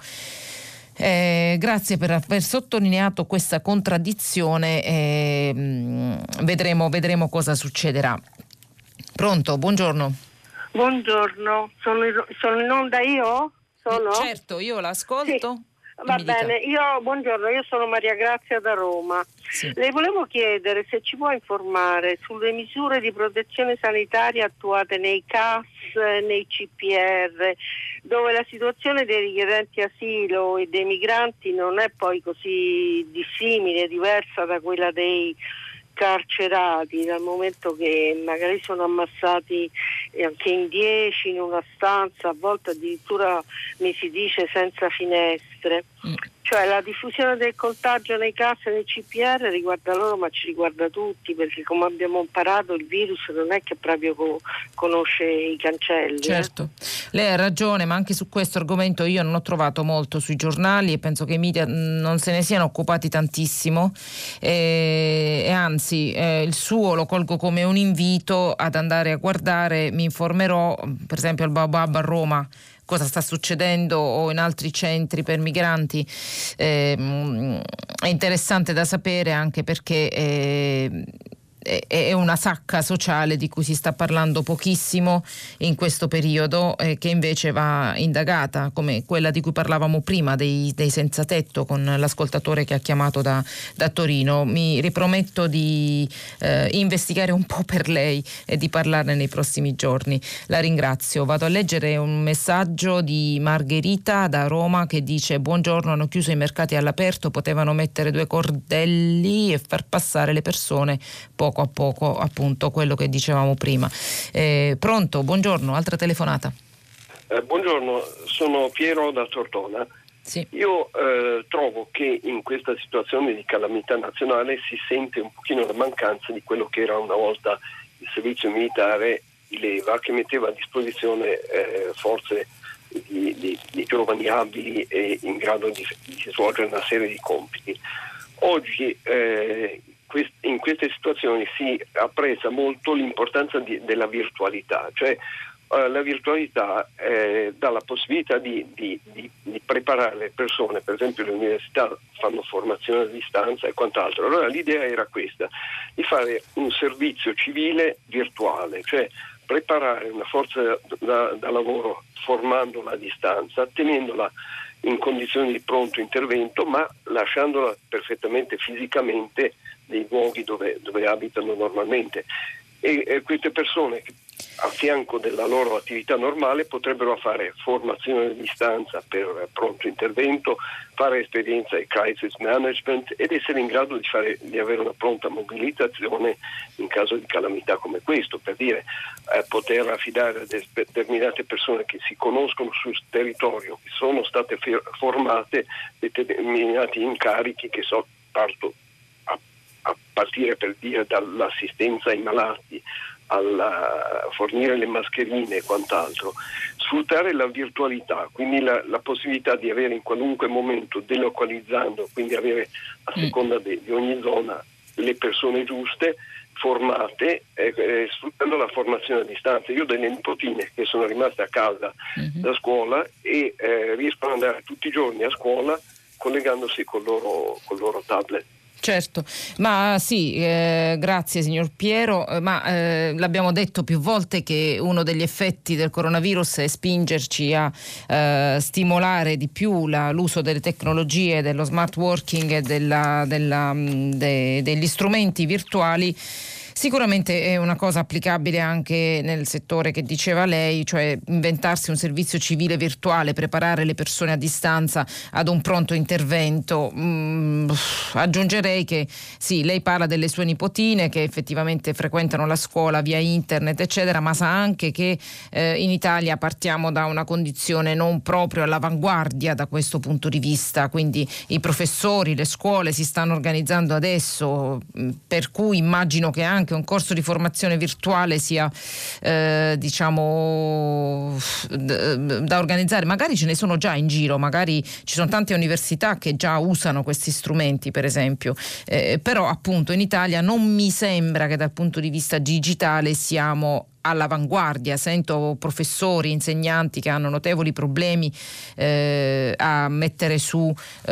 Eh, grazie per aver sottolineato questa contraddizione, eh, vedremo, vedremo cosa succederà. Pronto, buongiorno. Buongiorno, sono, sono in onda io? Sono? Certo, io l'ascolto. Sì. Va bene, io, buongiorno, io sono Maria Grazia da Roma. Sì. Le volevo chiedere se ci può informare sulle misure di protezione sanitaria attuate nei C A S, nei C P R, dove la situazione dei richiedenti asilo e dei migranti non è poi così dissimile, diversa da quella dei carcerati, dal momento che magari sono ammassati anche in dieci in una stanza, a volte addirittura mi si dice senza finestre. Mm. Cioè la diffusione del contagio nei C A S e nei C P R riguarda loro, ma ci riguarda tutti, perché come abbiamo imparato il virus non è che proprio co- conosce i cancelli. Certo, eh. lei ha ragione, ma anche su questo argomento io non ho trovato molto sui giornali e penso che i media non se ne siano occupati tantissimo, e, e anzi eh, il suo lo colgo come un invito ad andare a guardare. Mi informerò per esempio al Baobab a Roma cosa sta succedendo, o in altri centri per migranti. Eh, è interessante da sapere, anche perché eh, è una sacca sociale di cui si sta parlando pochissimo in questo periodo, eh, che invece va indagata, come quella di cui parlavamo prima dei, dei senza tetto, con l'ascoltatore che ha chiamato da, da Torino. Mi riprometto di eh, investigare un po' per lei e di parlarne nei prossimi giorni. La ringrazio. Vado a leggere un messaggio di Margherita da Roma che dice: buongiorno, hanno chiuso i mercati all'aperto, potevano mettere due cordelli e far passare le persone poco a poco, appunto quello che dicevamo prima. Eh, pronto, buongiorno, altra telefonata. Eh, buongiorno, sono Piero da Tortona. Sì. Io eh, trovo che in questa situazione di calamità nazionale si sente un pochino la mancanza di quello che era una volta il servizio militare, il Leva, che metteva a disposizione eh, forze di, di, di giovani abili e in grado di, di svolgere una serie di compiti. Oggi eh, in queste situazioni si apprezza molto l'importanza di, della virtualità, cioè uh, la virtualità eh, dà la possibilità di, di, di, di preparare le persone. Per esempio le università fanno formazione a distanza e quant'altro. Allora l'idea era questa, di fare un servizio civile virtuale, cioè preparare una forza da, da lavoro formandola a distanza, tenendola in condizioni di pronto intervento, ma lasciandola perfettamente fisicamente nei luoghi dove, dove abitano normalmente. E, e queste persone, a fianco della loro attività normale, potrebbero fare formazione a distanza per pronto intervento, fare esperienza di crisis management ed essere in grado di, fare, di avere una pronta mobilitazione in caso di calamità come questo, per dire eh, poter affidare a determinate persone che si conoscono sul territorio, che sono state fer- formate determinati incarichi che so, parto a, a partire per dire dall'assistenza ai malati, a fornire le mascherine e quant'altro, sfruttare la virtualità, quindi la, la possibilità di avere in qualunque momento, delocalizzando, quindi avere a seconda di, di ogni zona le persone giuste, formate, eh, eh, sfruttando la formazione a distanza. Io ho delle nipotine che sono rimaste a casa mm-hmm. da scuola e eh, riescono ad andare tutti i giorni a scuola collegandosi col loro, col loro tablet. Certo, ma sì, eh, grazie signor Piero, ma eh, l'abbiamo detto più volte che uno degli effetti del coronavirus è spingerci a eh, stimolare di più la, l'uso delle tecnologie, dello smart working e della, della, de, degli strumenti virtuali. Sicuramente è una cosa applicabile anche nel settore che diceva lei, cioè inventarsi un servizio civile virtuale, preparare le persone a distanza ad un pronto intervento. Mm, aggiungerei che sì, lei parla delle sue nipotine che effettivamente frequentano la scuola via internet, eccetera, ma sa anche che eh, in Italia partiamo da una condizione non proprio all'avanguardia da questo punto di vista, quindi i professori, le scuole si stanno organizzando adesso, per cui immagino che anche che un corso di formazione virtuale sia eh, diciamo d- da organizzare. Magari ce ne sono già in giro, magari ci sono tante università che già usano questi strumenti, per esempio, eh, però appunto in Italia non mi sembra che dal punto di vista digitale siamo all'avanguardia. Sento professori, insegnanti che hanno notevoli problemi eh, a mettere su eh,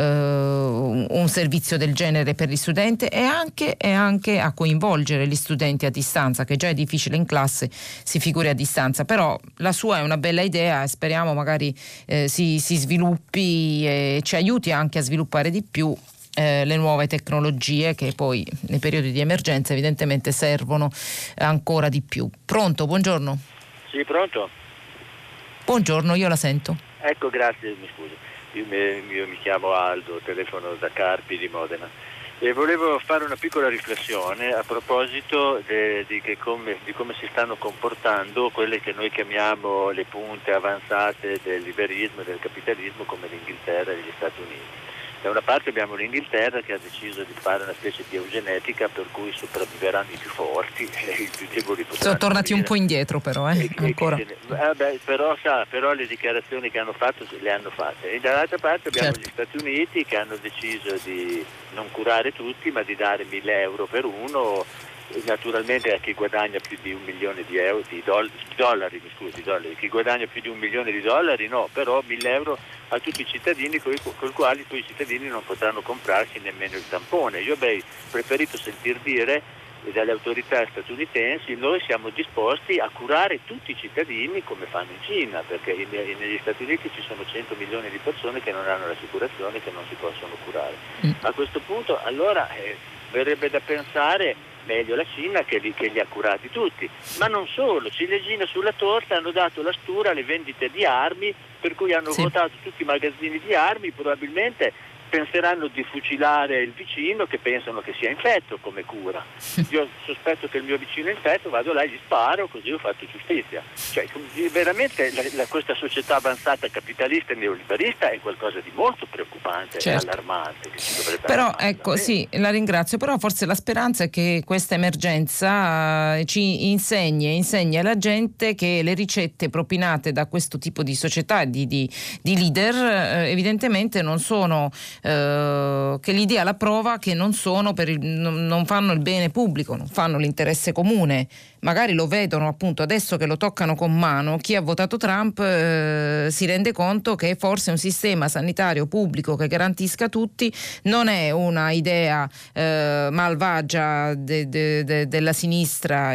un servizio del genere per gli studenti e anche, e anche a coinvolgere gli studenti a distanza, che già è difficile in classe, si figuri a distanza. Però la sua è una bella idea e speriamo magari eh, si, si sviluppi e ci aiuti anche a sviluppare di più Eh, le nuove tecnologie che poi nei periodi di emergenza evidentemente servono ancora di più. Pronto, buongiorno. Sì, pronto? Buongiorno, io la sento. Ecco, grazie, mi scusi. Io mi, io mi chiamo Aldo, telefono da Carpi di Modena e volevo fare una piccola riflessione a proposito de, di, che come, di come si stanno comportando quelle che noi chiamiamo le punte avanzate del liberismo e del capitalismo, come l'Inghilterra e gli Stati Uniti. Da una parte abbiamo l'Inghilterra che ha deciso di fare una specie di eugenetica per cui sopravviveranno i più forti e i più deboli potranno sono tornati morire. Un po' indietro però, eh? E, ancora. E, eh, beh, però, sa, però le dichiarazioni che hanno fatto le hanno fatte. E dall'altra parte abbiamo certo. gli Stati Uniti che hanno deciso di non curare tutti ma di dare mille euro per uno, naturalmente a chi guadagna più di un milione di euro di doll- dollari, mi scusi, dollari, chi guadagna più di un milione di dollari no, però mille euro a tutti i cittadini con i quali poi i cittadini non potranno comprarsi nemmeno il tampone. Io avrei preferito sentir dire dalle autorità statunitensi noi siamo disposti a curare tutti i cittadini come fanno in Cina, perché in, in, negli Stati Uniti ci sono cento milioni di persone che non hanno l'assicurazione, che non si possono curare. Mm. A questo punto allora eh, verrebbe da pensare meglio la Cina che li, che li ha curati tutti, ma non solo, ciliegina sulla torta hanno dato la stura alle vendite di armi, per cui hanno sì. votato tutti i magazzini di armi, probabilmente penseranno di fucilare il vicino che pensano che sia infetto come cura. Io sospetto che il mio vicino è infetto, vado là e gli sparo, così ho fatto giustizia. Cioè veramente la, la, questa società avanzata capitalista e neoliberista è qualcosa di molto preoccupante certo. e allarmante che ci dovrebbe però allarmare. Ecco sì, la ringrazio, però forse la speranza è che questa emergenza ci insegni e insegni alla gente che le ricette propinate da questo tipo di società di, di, di leader eh, evidentemente non sono Uh, che gli dia la prova che non sono per il, non, non fanno il bene pubblico, non fanno l'interesse comune. Magari lo vedono appunto adesso che lo toccano con mano. Chi ha votato Trump eh, si rende conto che forse un sistema sanitario pubblico che garantisca tutti non è una idea eh, malvagia de, de, de, della sinistra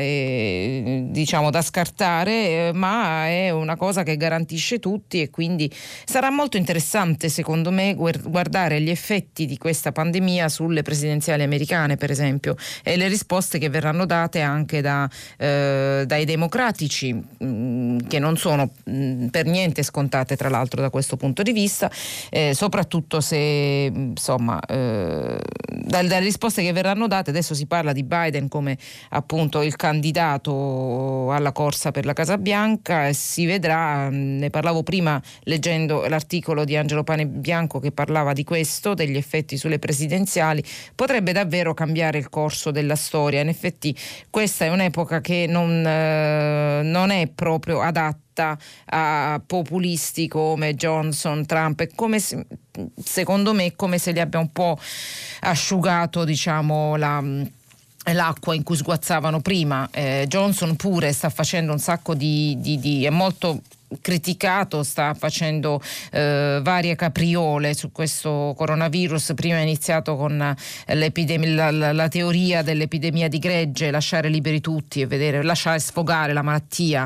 e diciamo da scartare, eh, ma è una cosa che garantisce tutti, e quindi sarà molto interessante secondo me guardare gli effetti di questa pandemia sulle presidenziali americane, per esempio, e le risposte che verranno date anche da Eh, dai democratici, mh, che non sono mh, per niente scontate tra l'altro da questo punto di vista, eh, soprattutto se insomma eh, dalle, dalle risposte che verranno date. Adesso si parla di Biden come appunto il candidato alla corsa per la Casa Bianca e si vedrà. Ne parlavo prima leggendo l'articolo di Angelo Panebianco che parlava di questo, degli effetti sulle presidenziali. Potrebbe davvero cambiare il corso della storia. In effetti questa è un'epoca che non, eh, non è proprio adatta a populisti come Johnson, Trump. È come se, secondo me, come se li abbia un po' asciugato, diciamo, la l'acqua in cui sguazzavano prima. eh, Johnson pure sta facendo un sacco di, di, di è molto criticato, sta facendo eh, varie capriole su questo coronavirus. Prima ha iniziato con l'epidemia, la, la, la teoria dell'epidemia di gregge, lasciare liberi tutti e vedere, lasciare sfogare la malattia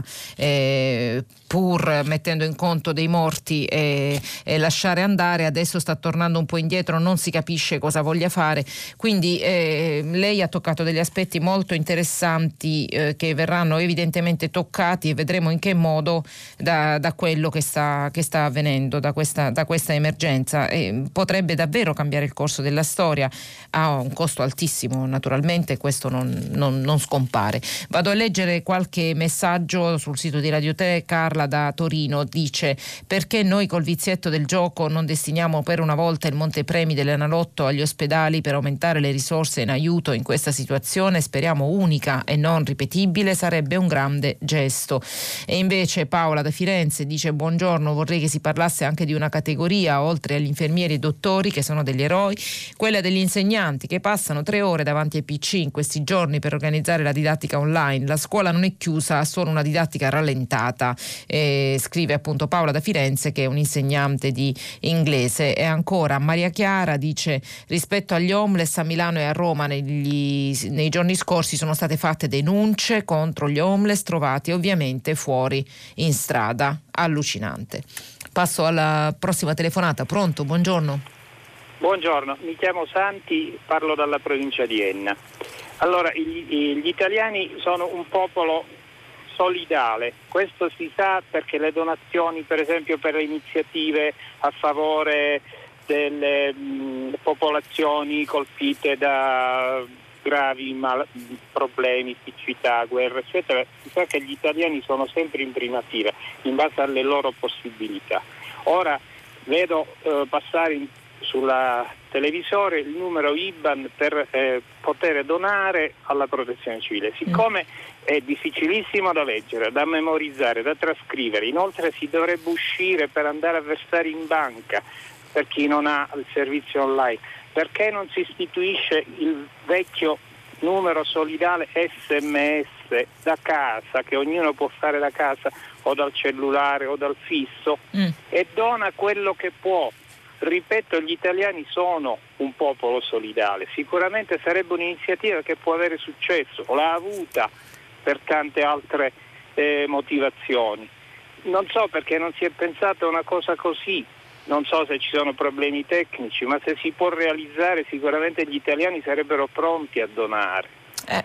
eh, pur mettendo in conto dei morti e, e lasciare andare. Adesso sta tornando un po' indietro, non si capisce cosa voglia fare, quindi eh, lei ha toccato degli aspetti molto interessanti eh, che verranno evidentemente toccati, e vedremo in che modo da, da quello che sta, che sta avvenendo, da questa, da questa emergenza. E potrebbe davvero cambiare il corso della storia. Ha un costo altissimo, naturalmente, questo non, non, non scompare. Vado a leggere qualche messaggio sul sito di Radio tre. Carla da Torino dice: perché noi col vizietto del gioco non destiniamo per una volta il montepremi dell'Enalotto agli ospedali per aumentare le risorse in aiuto in questa situazione, speriamo unica e non ripetibile, sarebbe un grande gesto. E invece Paola da Firenze dice: buongiorno, vorrei che si parlasse anche di una categoria, oltre agli infermieri e dottori che sono degli eroi, quella degli insegnanti che passano tre ore davanti ai P C in questi giorni per organizzare la didattica online. La scuola non è chiusa, ha solo una didattica rallentata. E scrive appunto Paola da Firenze, che è un insegnante di inglese. E ancora Maria Chiara dice: rispetto agli homeless a Milano e a Roma negli, nei giorni scorsi sono state fatte denunce contro gli homeless trovati ovviamente fuori in strada. Allucinante. Passo alla prossima telefonata. Pronto? Buongiorno. Buongiorno, mi chiamo Santi, parlo dalla provincia di Enna. Allora, gli, gli italiani sono un popolo solidale, questo si sa perché le donazioni, per esempio per le iniziative a favore delle mh, popolazioni colpite da gravi mal- problemi, siccità, guerre eccetera, si sa che gli italiani sono sempre in prima fila in base alle loro possibilità. Ora vedo eh, passare in, sulla televisore il numero I B A N per eh, poter donare alla protezione civile. Siccome è difficilissimo da leggere, da memorizzare, da trascrivere, inoltre si dovrebbe uscire per andare a versare in banca per chi non ha il servizio online, perché non si istituisce il vecchio numero solidale S M S da casa, che ognuno può fare da casa o dal cellulare o dal fisso, mm. e dona quello che può. Ripeto, gli italiani sono un popolo solidale, sicuramente sarebbe un'iniziativa che può avere successo, o l'ha avuta per tante altre eh, motivazioni. Non so perché non si è pensato a una cosa così, non so se ci sono problemi tecnici, ma se si può realizzare sicuramente gli italiani sarebbero pronti a donare. Eh.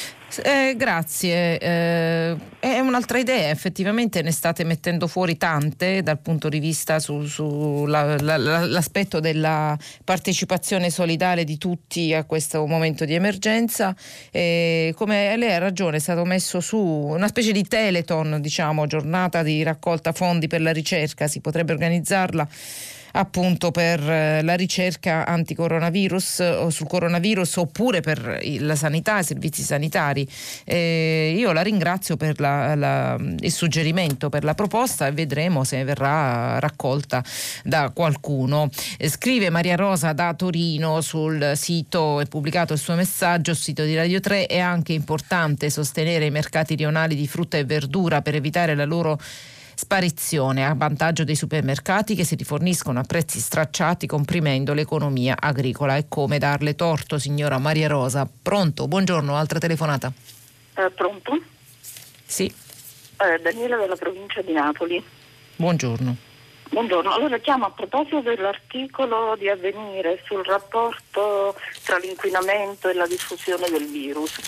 Eh, grazie, eh, è un'altra idea, effettivamente ne state mettendo fuori tante dal punto di vista su, su la, la, l'aspetto della partecipazione solidale di tutti a questo momento di emergenza. Eh, come lei ha ragione, è stato messo su una specie di Telethon, diciamo, giornata di raccolta fondi per la ricerca, si potrebbe organizzarla appunto per la ricerca anticoronavirus o sul coronavirus, oppure per la sanità, i servizi sanitari. Eh, io la ringrazio per la, la, il suggerimento, per la proposta, e vedremo se verrà raccolta da qualcuno. Eh, scrive Maria Rosa da Torino sul sito, è pubblicato il suo messaggio sul sito di Radio tre: è anche importante sostenere i mercati rionali di frutta e verdura per evitare la loro sparizione a vantaggio dei supermercati che si riforniscono a prezzi stracciati, comprimendo l'economia agricola. È come darle torto, signora Maria Rosa. Pronto? Buongiorno, altra telefonata. Eh, pronto? Sì. Eh, Daniela dalla provincia di Napoli. Buongiorno. Buongiorno, allora chiamo a proposito dell'articolo di Avvenire sul rapporto tra l'inquinamento e la diffusione del virus.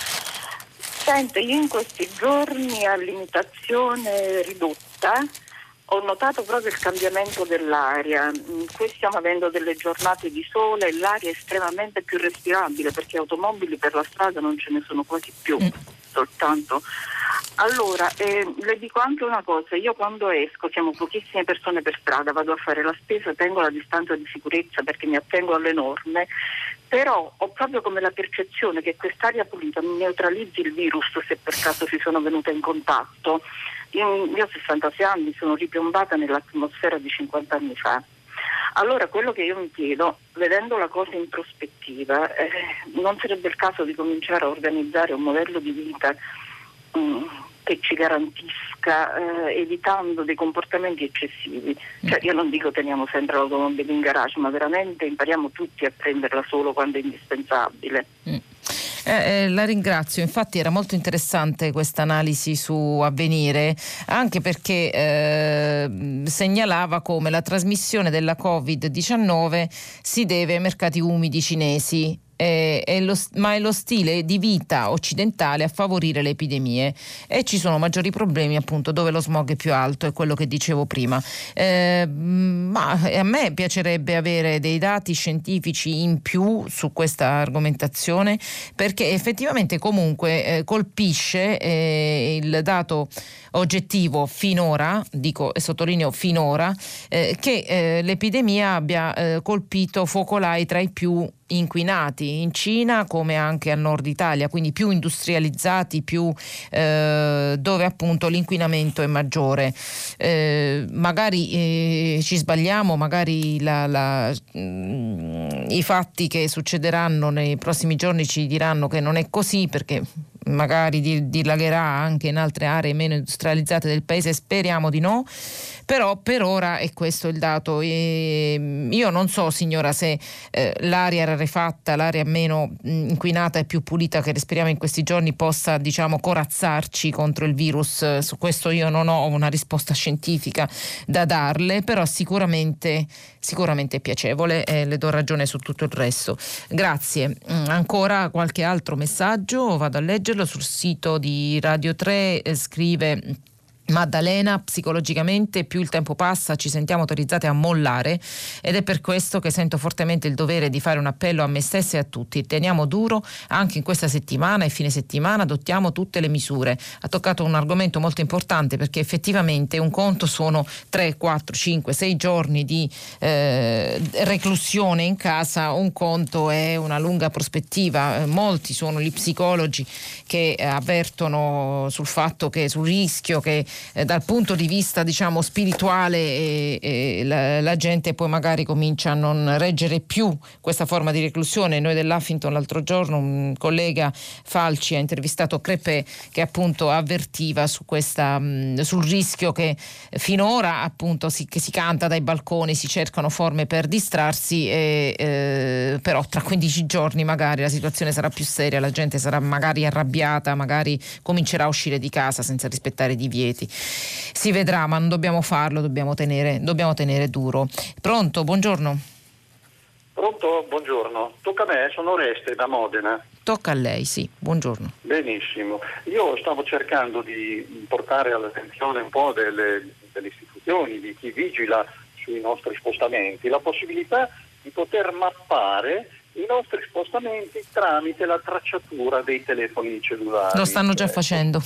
Sente, io in questi giorni a limitazione ridotta ho notato proprio il cambiamento dell'aria. Qui stiamo avendo delle giornate di sole e l'aria è estremamente più respirabile, perché automobili per la strada non ce ne sono quasi più, mm. soltanto. Allora, eh, le dico anche una cosa: io quando esco, siamo pochissime persone per strada, vado a fare la spesa, tengo la distanza di sicurezza perché mi attengo alle norme, però ho proprio come la percezione che quest'aria pulita mi neutralizzi il virus se per caso si sono venuta in contatto. Io, io ho sessantasei anni, sono ripiombata nell'atmosfera di cinquanta anni fa. Allora quello che io mi chiedo, vedendo la cosa in prospettiva, eh, non sarebbe il caso di cominciare a organizzare un modello di vita mh, che ci garantisca, eh, evitando dei comportamenti eccessivi. Cioè, io non dico teniamo sempre l'automobile in garage, ma veramente impariamo tutti a prenderla solo quando è indispensabile. Mm. Eh, eh, la ringrazio, infatti era molto interessante questa analisi su Avvenire, anche perché eh, segnalava come la trasmissione della covid diciannove si deve ai mercati umidi cinesi. È, è lo, ma è lo stile di vita occidentale a favorire le epidemie, e ci sono maggiori problemi appunto dove lo smog è più alto, è quello che dicevo prima. Eh, ma a me piacerebbe avere dei dati scientifici in più su questa argomentazione, perché effettivamente comunque eh, colpisce eh, il dato oggettivo finora, dico e sottolineo finora, eh, che eh, l'epidemia abbia eh, colpito focolai tra i più inquinati in Cina come anche a nord Italia, quindi più industrializzati, più eh, dove appunto l'inquinamento è maggiore. Eh, magari eh, ci sbagliamo, magari la, la, mh, i fatti che succederanno nei prossimi giorni ci diranno che non è così, perché magari dilagherà anche in altre aree meno industrializzate del paese, speriamo di no, però per ora è questo il dato. E io non so, signora, se eh, l'aria rarefatta, l'aria meno inquinata e più pulita che respiriamo in questi giorni possa, diciamo, corazzarci contro il virus. Su questo io non ho una risposta scientifica da darle, però sicuramente sicuramente è piacevole, e le do ragione su tutto il resto. Grazie. Ancora qualche altro messaggio, vado a leggerlo sul sito di Radio tre. Eh, scrive Maddalena: psicologicamente più il tempo passa ci sentiamo autorizzate a mollare, ed è per questo che sento fortemente il dovere di fare un appello a me stessa e a tutti: teniamo duro anche in questa settimana e fine settimana, adottiamo tutte le misure. Ha toccato un argomento molto importante, perché effettivamente un conto sono tre, quattro, cinque, sei giorni di eh, reclusione in casa, un conto è una lunga prospettiva. Molti sono gli psicologi che avvertono sul fatto che, sul rischio che Eh, dal punto di vista, diciamo, spirituale e, e la, la gente poi magari comincia a non reggere più questa forma di reclusione. Noi dell'Huffington l'altro giorno, un collega Falci ha intervistato Crepè, che appunto avvertiva su questa, mh, sul rischio che finora appunto si, che si canta dai balconi, si cercano forme per distrarsi, e, eh, però tra quindici giorni magari la situazione sarà più seria, la gente sarà magari arrabbiata, magari comincerà a uscire di casa senza rispettare i divieti. Si vedrà, ma non dobbiamo farlo, dobbiamo tenere, dobbiamo tenere duro. Pronto, buongiorno. Pronto, buongiorno. Tocca a me, sono Oreste da Modena. Tocca a lei, sì, buongiorno. Benissimo. Io stavo cercando di portare all'attenzione un po' delle, delle istituzioni, di chi vigila sui nostri spostamenti, la possibilità di poter mappare i nostri spostamenti tramite la tracciatura dei telefoni cellulari. Lo stanno già facendo.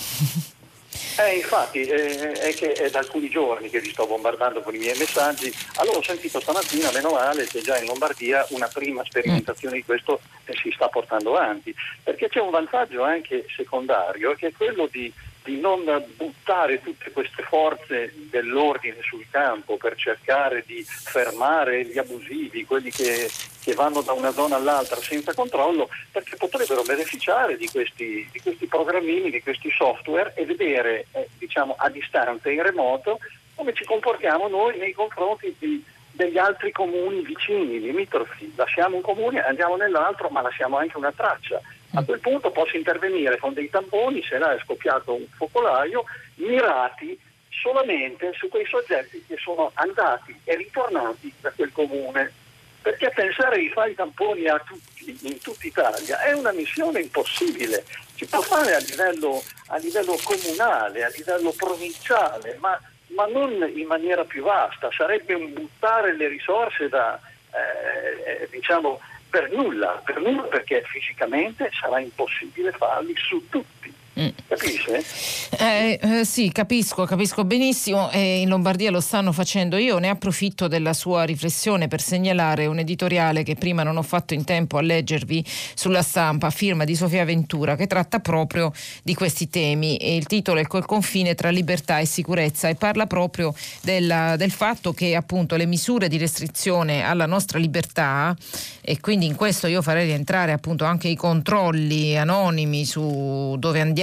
Eh, infatti eh, è che è da alcuni giorni che vi sto bombardando con i miei messaggi. Allora ho sentito stamattina, meno male, che già in Lombardia una prima sperimentazione di questo eh, si sta portando avanti, perché c'è un vantaggio anche secondario, che è quello di, di non buttare tutte queste forze dell'ordine sul campo per cercare di fermare gli abusivi, quelli che, che vanno da una zona all'altra senza controllo, perché potrebbero beneficiare di questi, di questi programmini, di questi software, e vedere eh, diciamo a distanza, in remoto, come ci comportiamo noi nei confronti di, degli altri comuni vicini, limitrofi. Lasciamo un comune, andiamo nell'altro, ma lasciamo anche una traccia. A quel punto posso intervenire con dei tamponi, se là è scoppiato un focolaio, mirati solamente su quei soggetti che sono andati e ritornati da quel comune. Perché pensare di fare i tamponi a tutti, in tutta Italia, è una missione impossibile. Si può fare a livello, a livello comunale, a livello provinciale, ma, ma non in maniera più vasta. Sarebbe un buttare le risorse da, eh, diciamo, per nulla, per nulla, perché fisicamente sarà impossibile farli su tutti. Mm. Capisce? Eh, eh, sì, capisco, capisco benissimo, e in Lombardia lo stanno facendo. Io ne approfitto della sua riflessione per segnalare un editoriale che prima non ho fatto in tempo a leggervi sulla Stampa, a firma di Sofia Ventura, che tratta proprio di questi temi, e il titolo è Col confine tra libertà e sicurezza, e parla proprio della, del fatto che appunto le misure di restrizione alla nostra libertà, e quindi in questo io farei rientrare appunto anche i controlli anonimi su dove andiamo,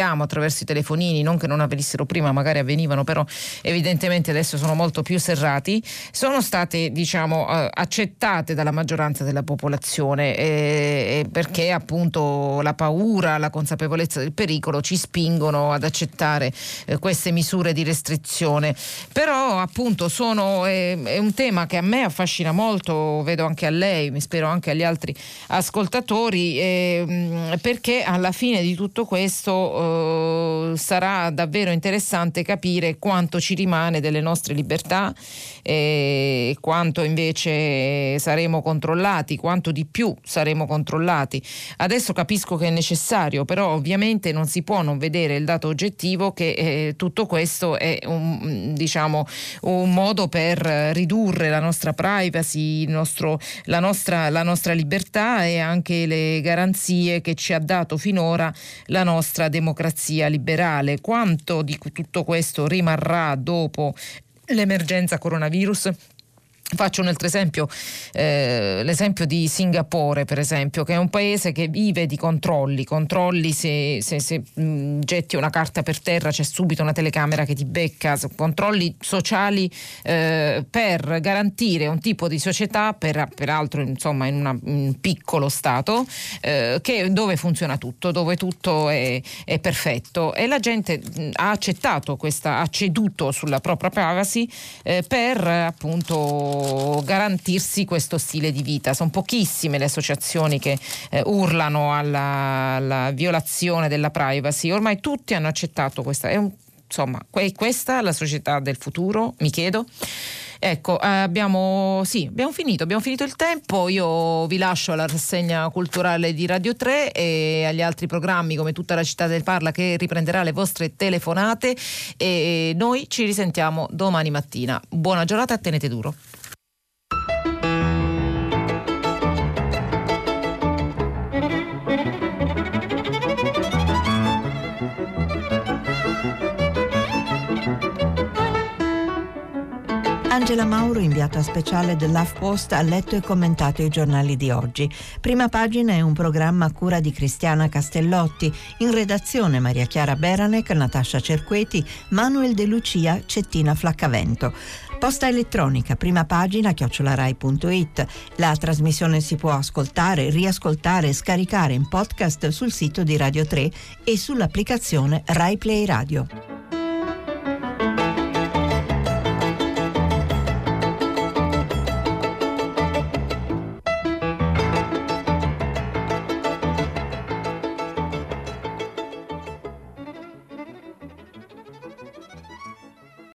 chiamo attraverso i telefonini, non che non avvenissero prima, magari avvenivano, però evidentemente adesso sono molto più serrati, sono state diciamo eh, accettate dalla maggioranza della popolazione eh, perché appunto la paura, la consapevolezza del pericolo ci spingono ad accettare eh, queste misure di restrizione. Però appunto sono eh, è un tema che a me affascina molto, vedo anche a lei, mi spero anche agli altri ascoltatori, eh, perché alla fine di tutto questo eh, sarà davvero interessante capire quanto ci rimane delle nostre libertà e eh, quanto invece saremo controllati, quanto di più saremo controllati. Adesso capisco che è necessario, però ovviamente non si può non vedere il dato oggettivo che eh, tutto questo è un, diciamo, un modo per ridurre la nostra privacy, il nostro, la, nostra, la nostra libertà e anche le garanzie che ci ha dato finora la nostra democrazia liberale. Quanto di tutto questo rimarrà dopo l'emergenza coronavirus? Faccio un altro esempio, eh, l'esempio di Singapore, per esempio, che è un paese che vive di controlli, controlli se, se, se mh, getti una carta per terra c'è subito una telecamera che ti becca, controlli sociali eh, per garantire un tipo di società, per, peraltro insomma in una, un piccolo stato, eh, che, dove funziona tutto, dove tutto è, è perfetto, e la gente mh, ha accettato questa, ha ceduto sulla propria privacy eh, per appunto garantirsi questo stile di vita. Sono pochissime le associazioni che eh, urlano alla, alla violazione della privacy, ormai tutti hanno accettato questa, è un, insomma, questa è la società del futuro, mi chiedo. Ecco, eh, abbiamo sì, abbiamo finito, abbiamo finito il tempo. Io vi lascio alla rassegna culturale di Radio tre e agli altri programmi come Tutta la città del parla, che riprenderà le vostre telefonate, e noi ci risentiamo domani mattina. Buona giornata e tenete duro. Angela Mauro, inviata speciale dell'HuffPost, ha letto e commentato i giornali di oggi. Prima Pagina è un programma a cura di Cristiana Castellotti, in redazione Maria Chiara Beranec, Natascia Cerqueti, Manuel De Lucia, Cettina Flaccavento. Posta elettronica prima pagina chiocciola rai punto it. La trasmissione si può ascoltare, riascoltare e scaricare in podcast sul sito di Radio tre e sull'applicazione Rai Play Radio.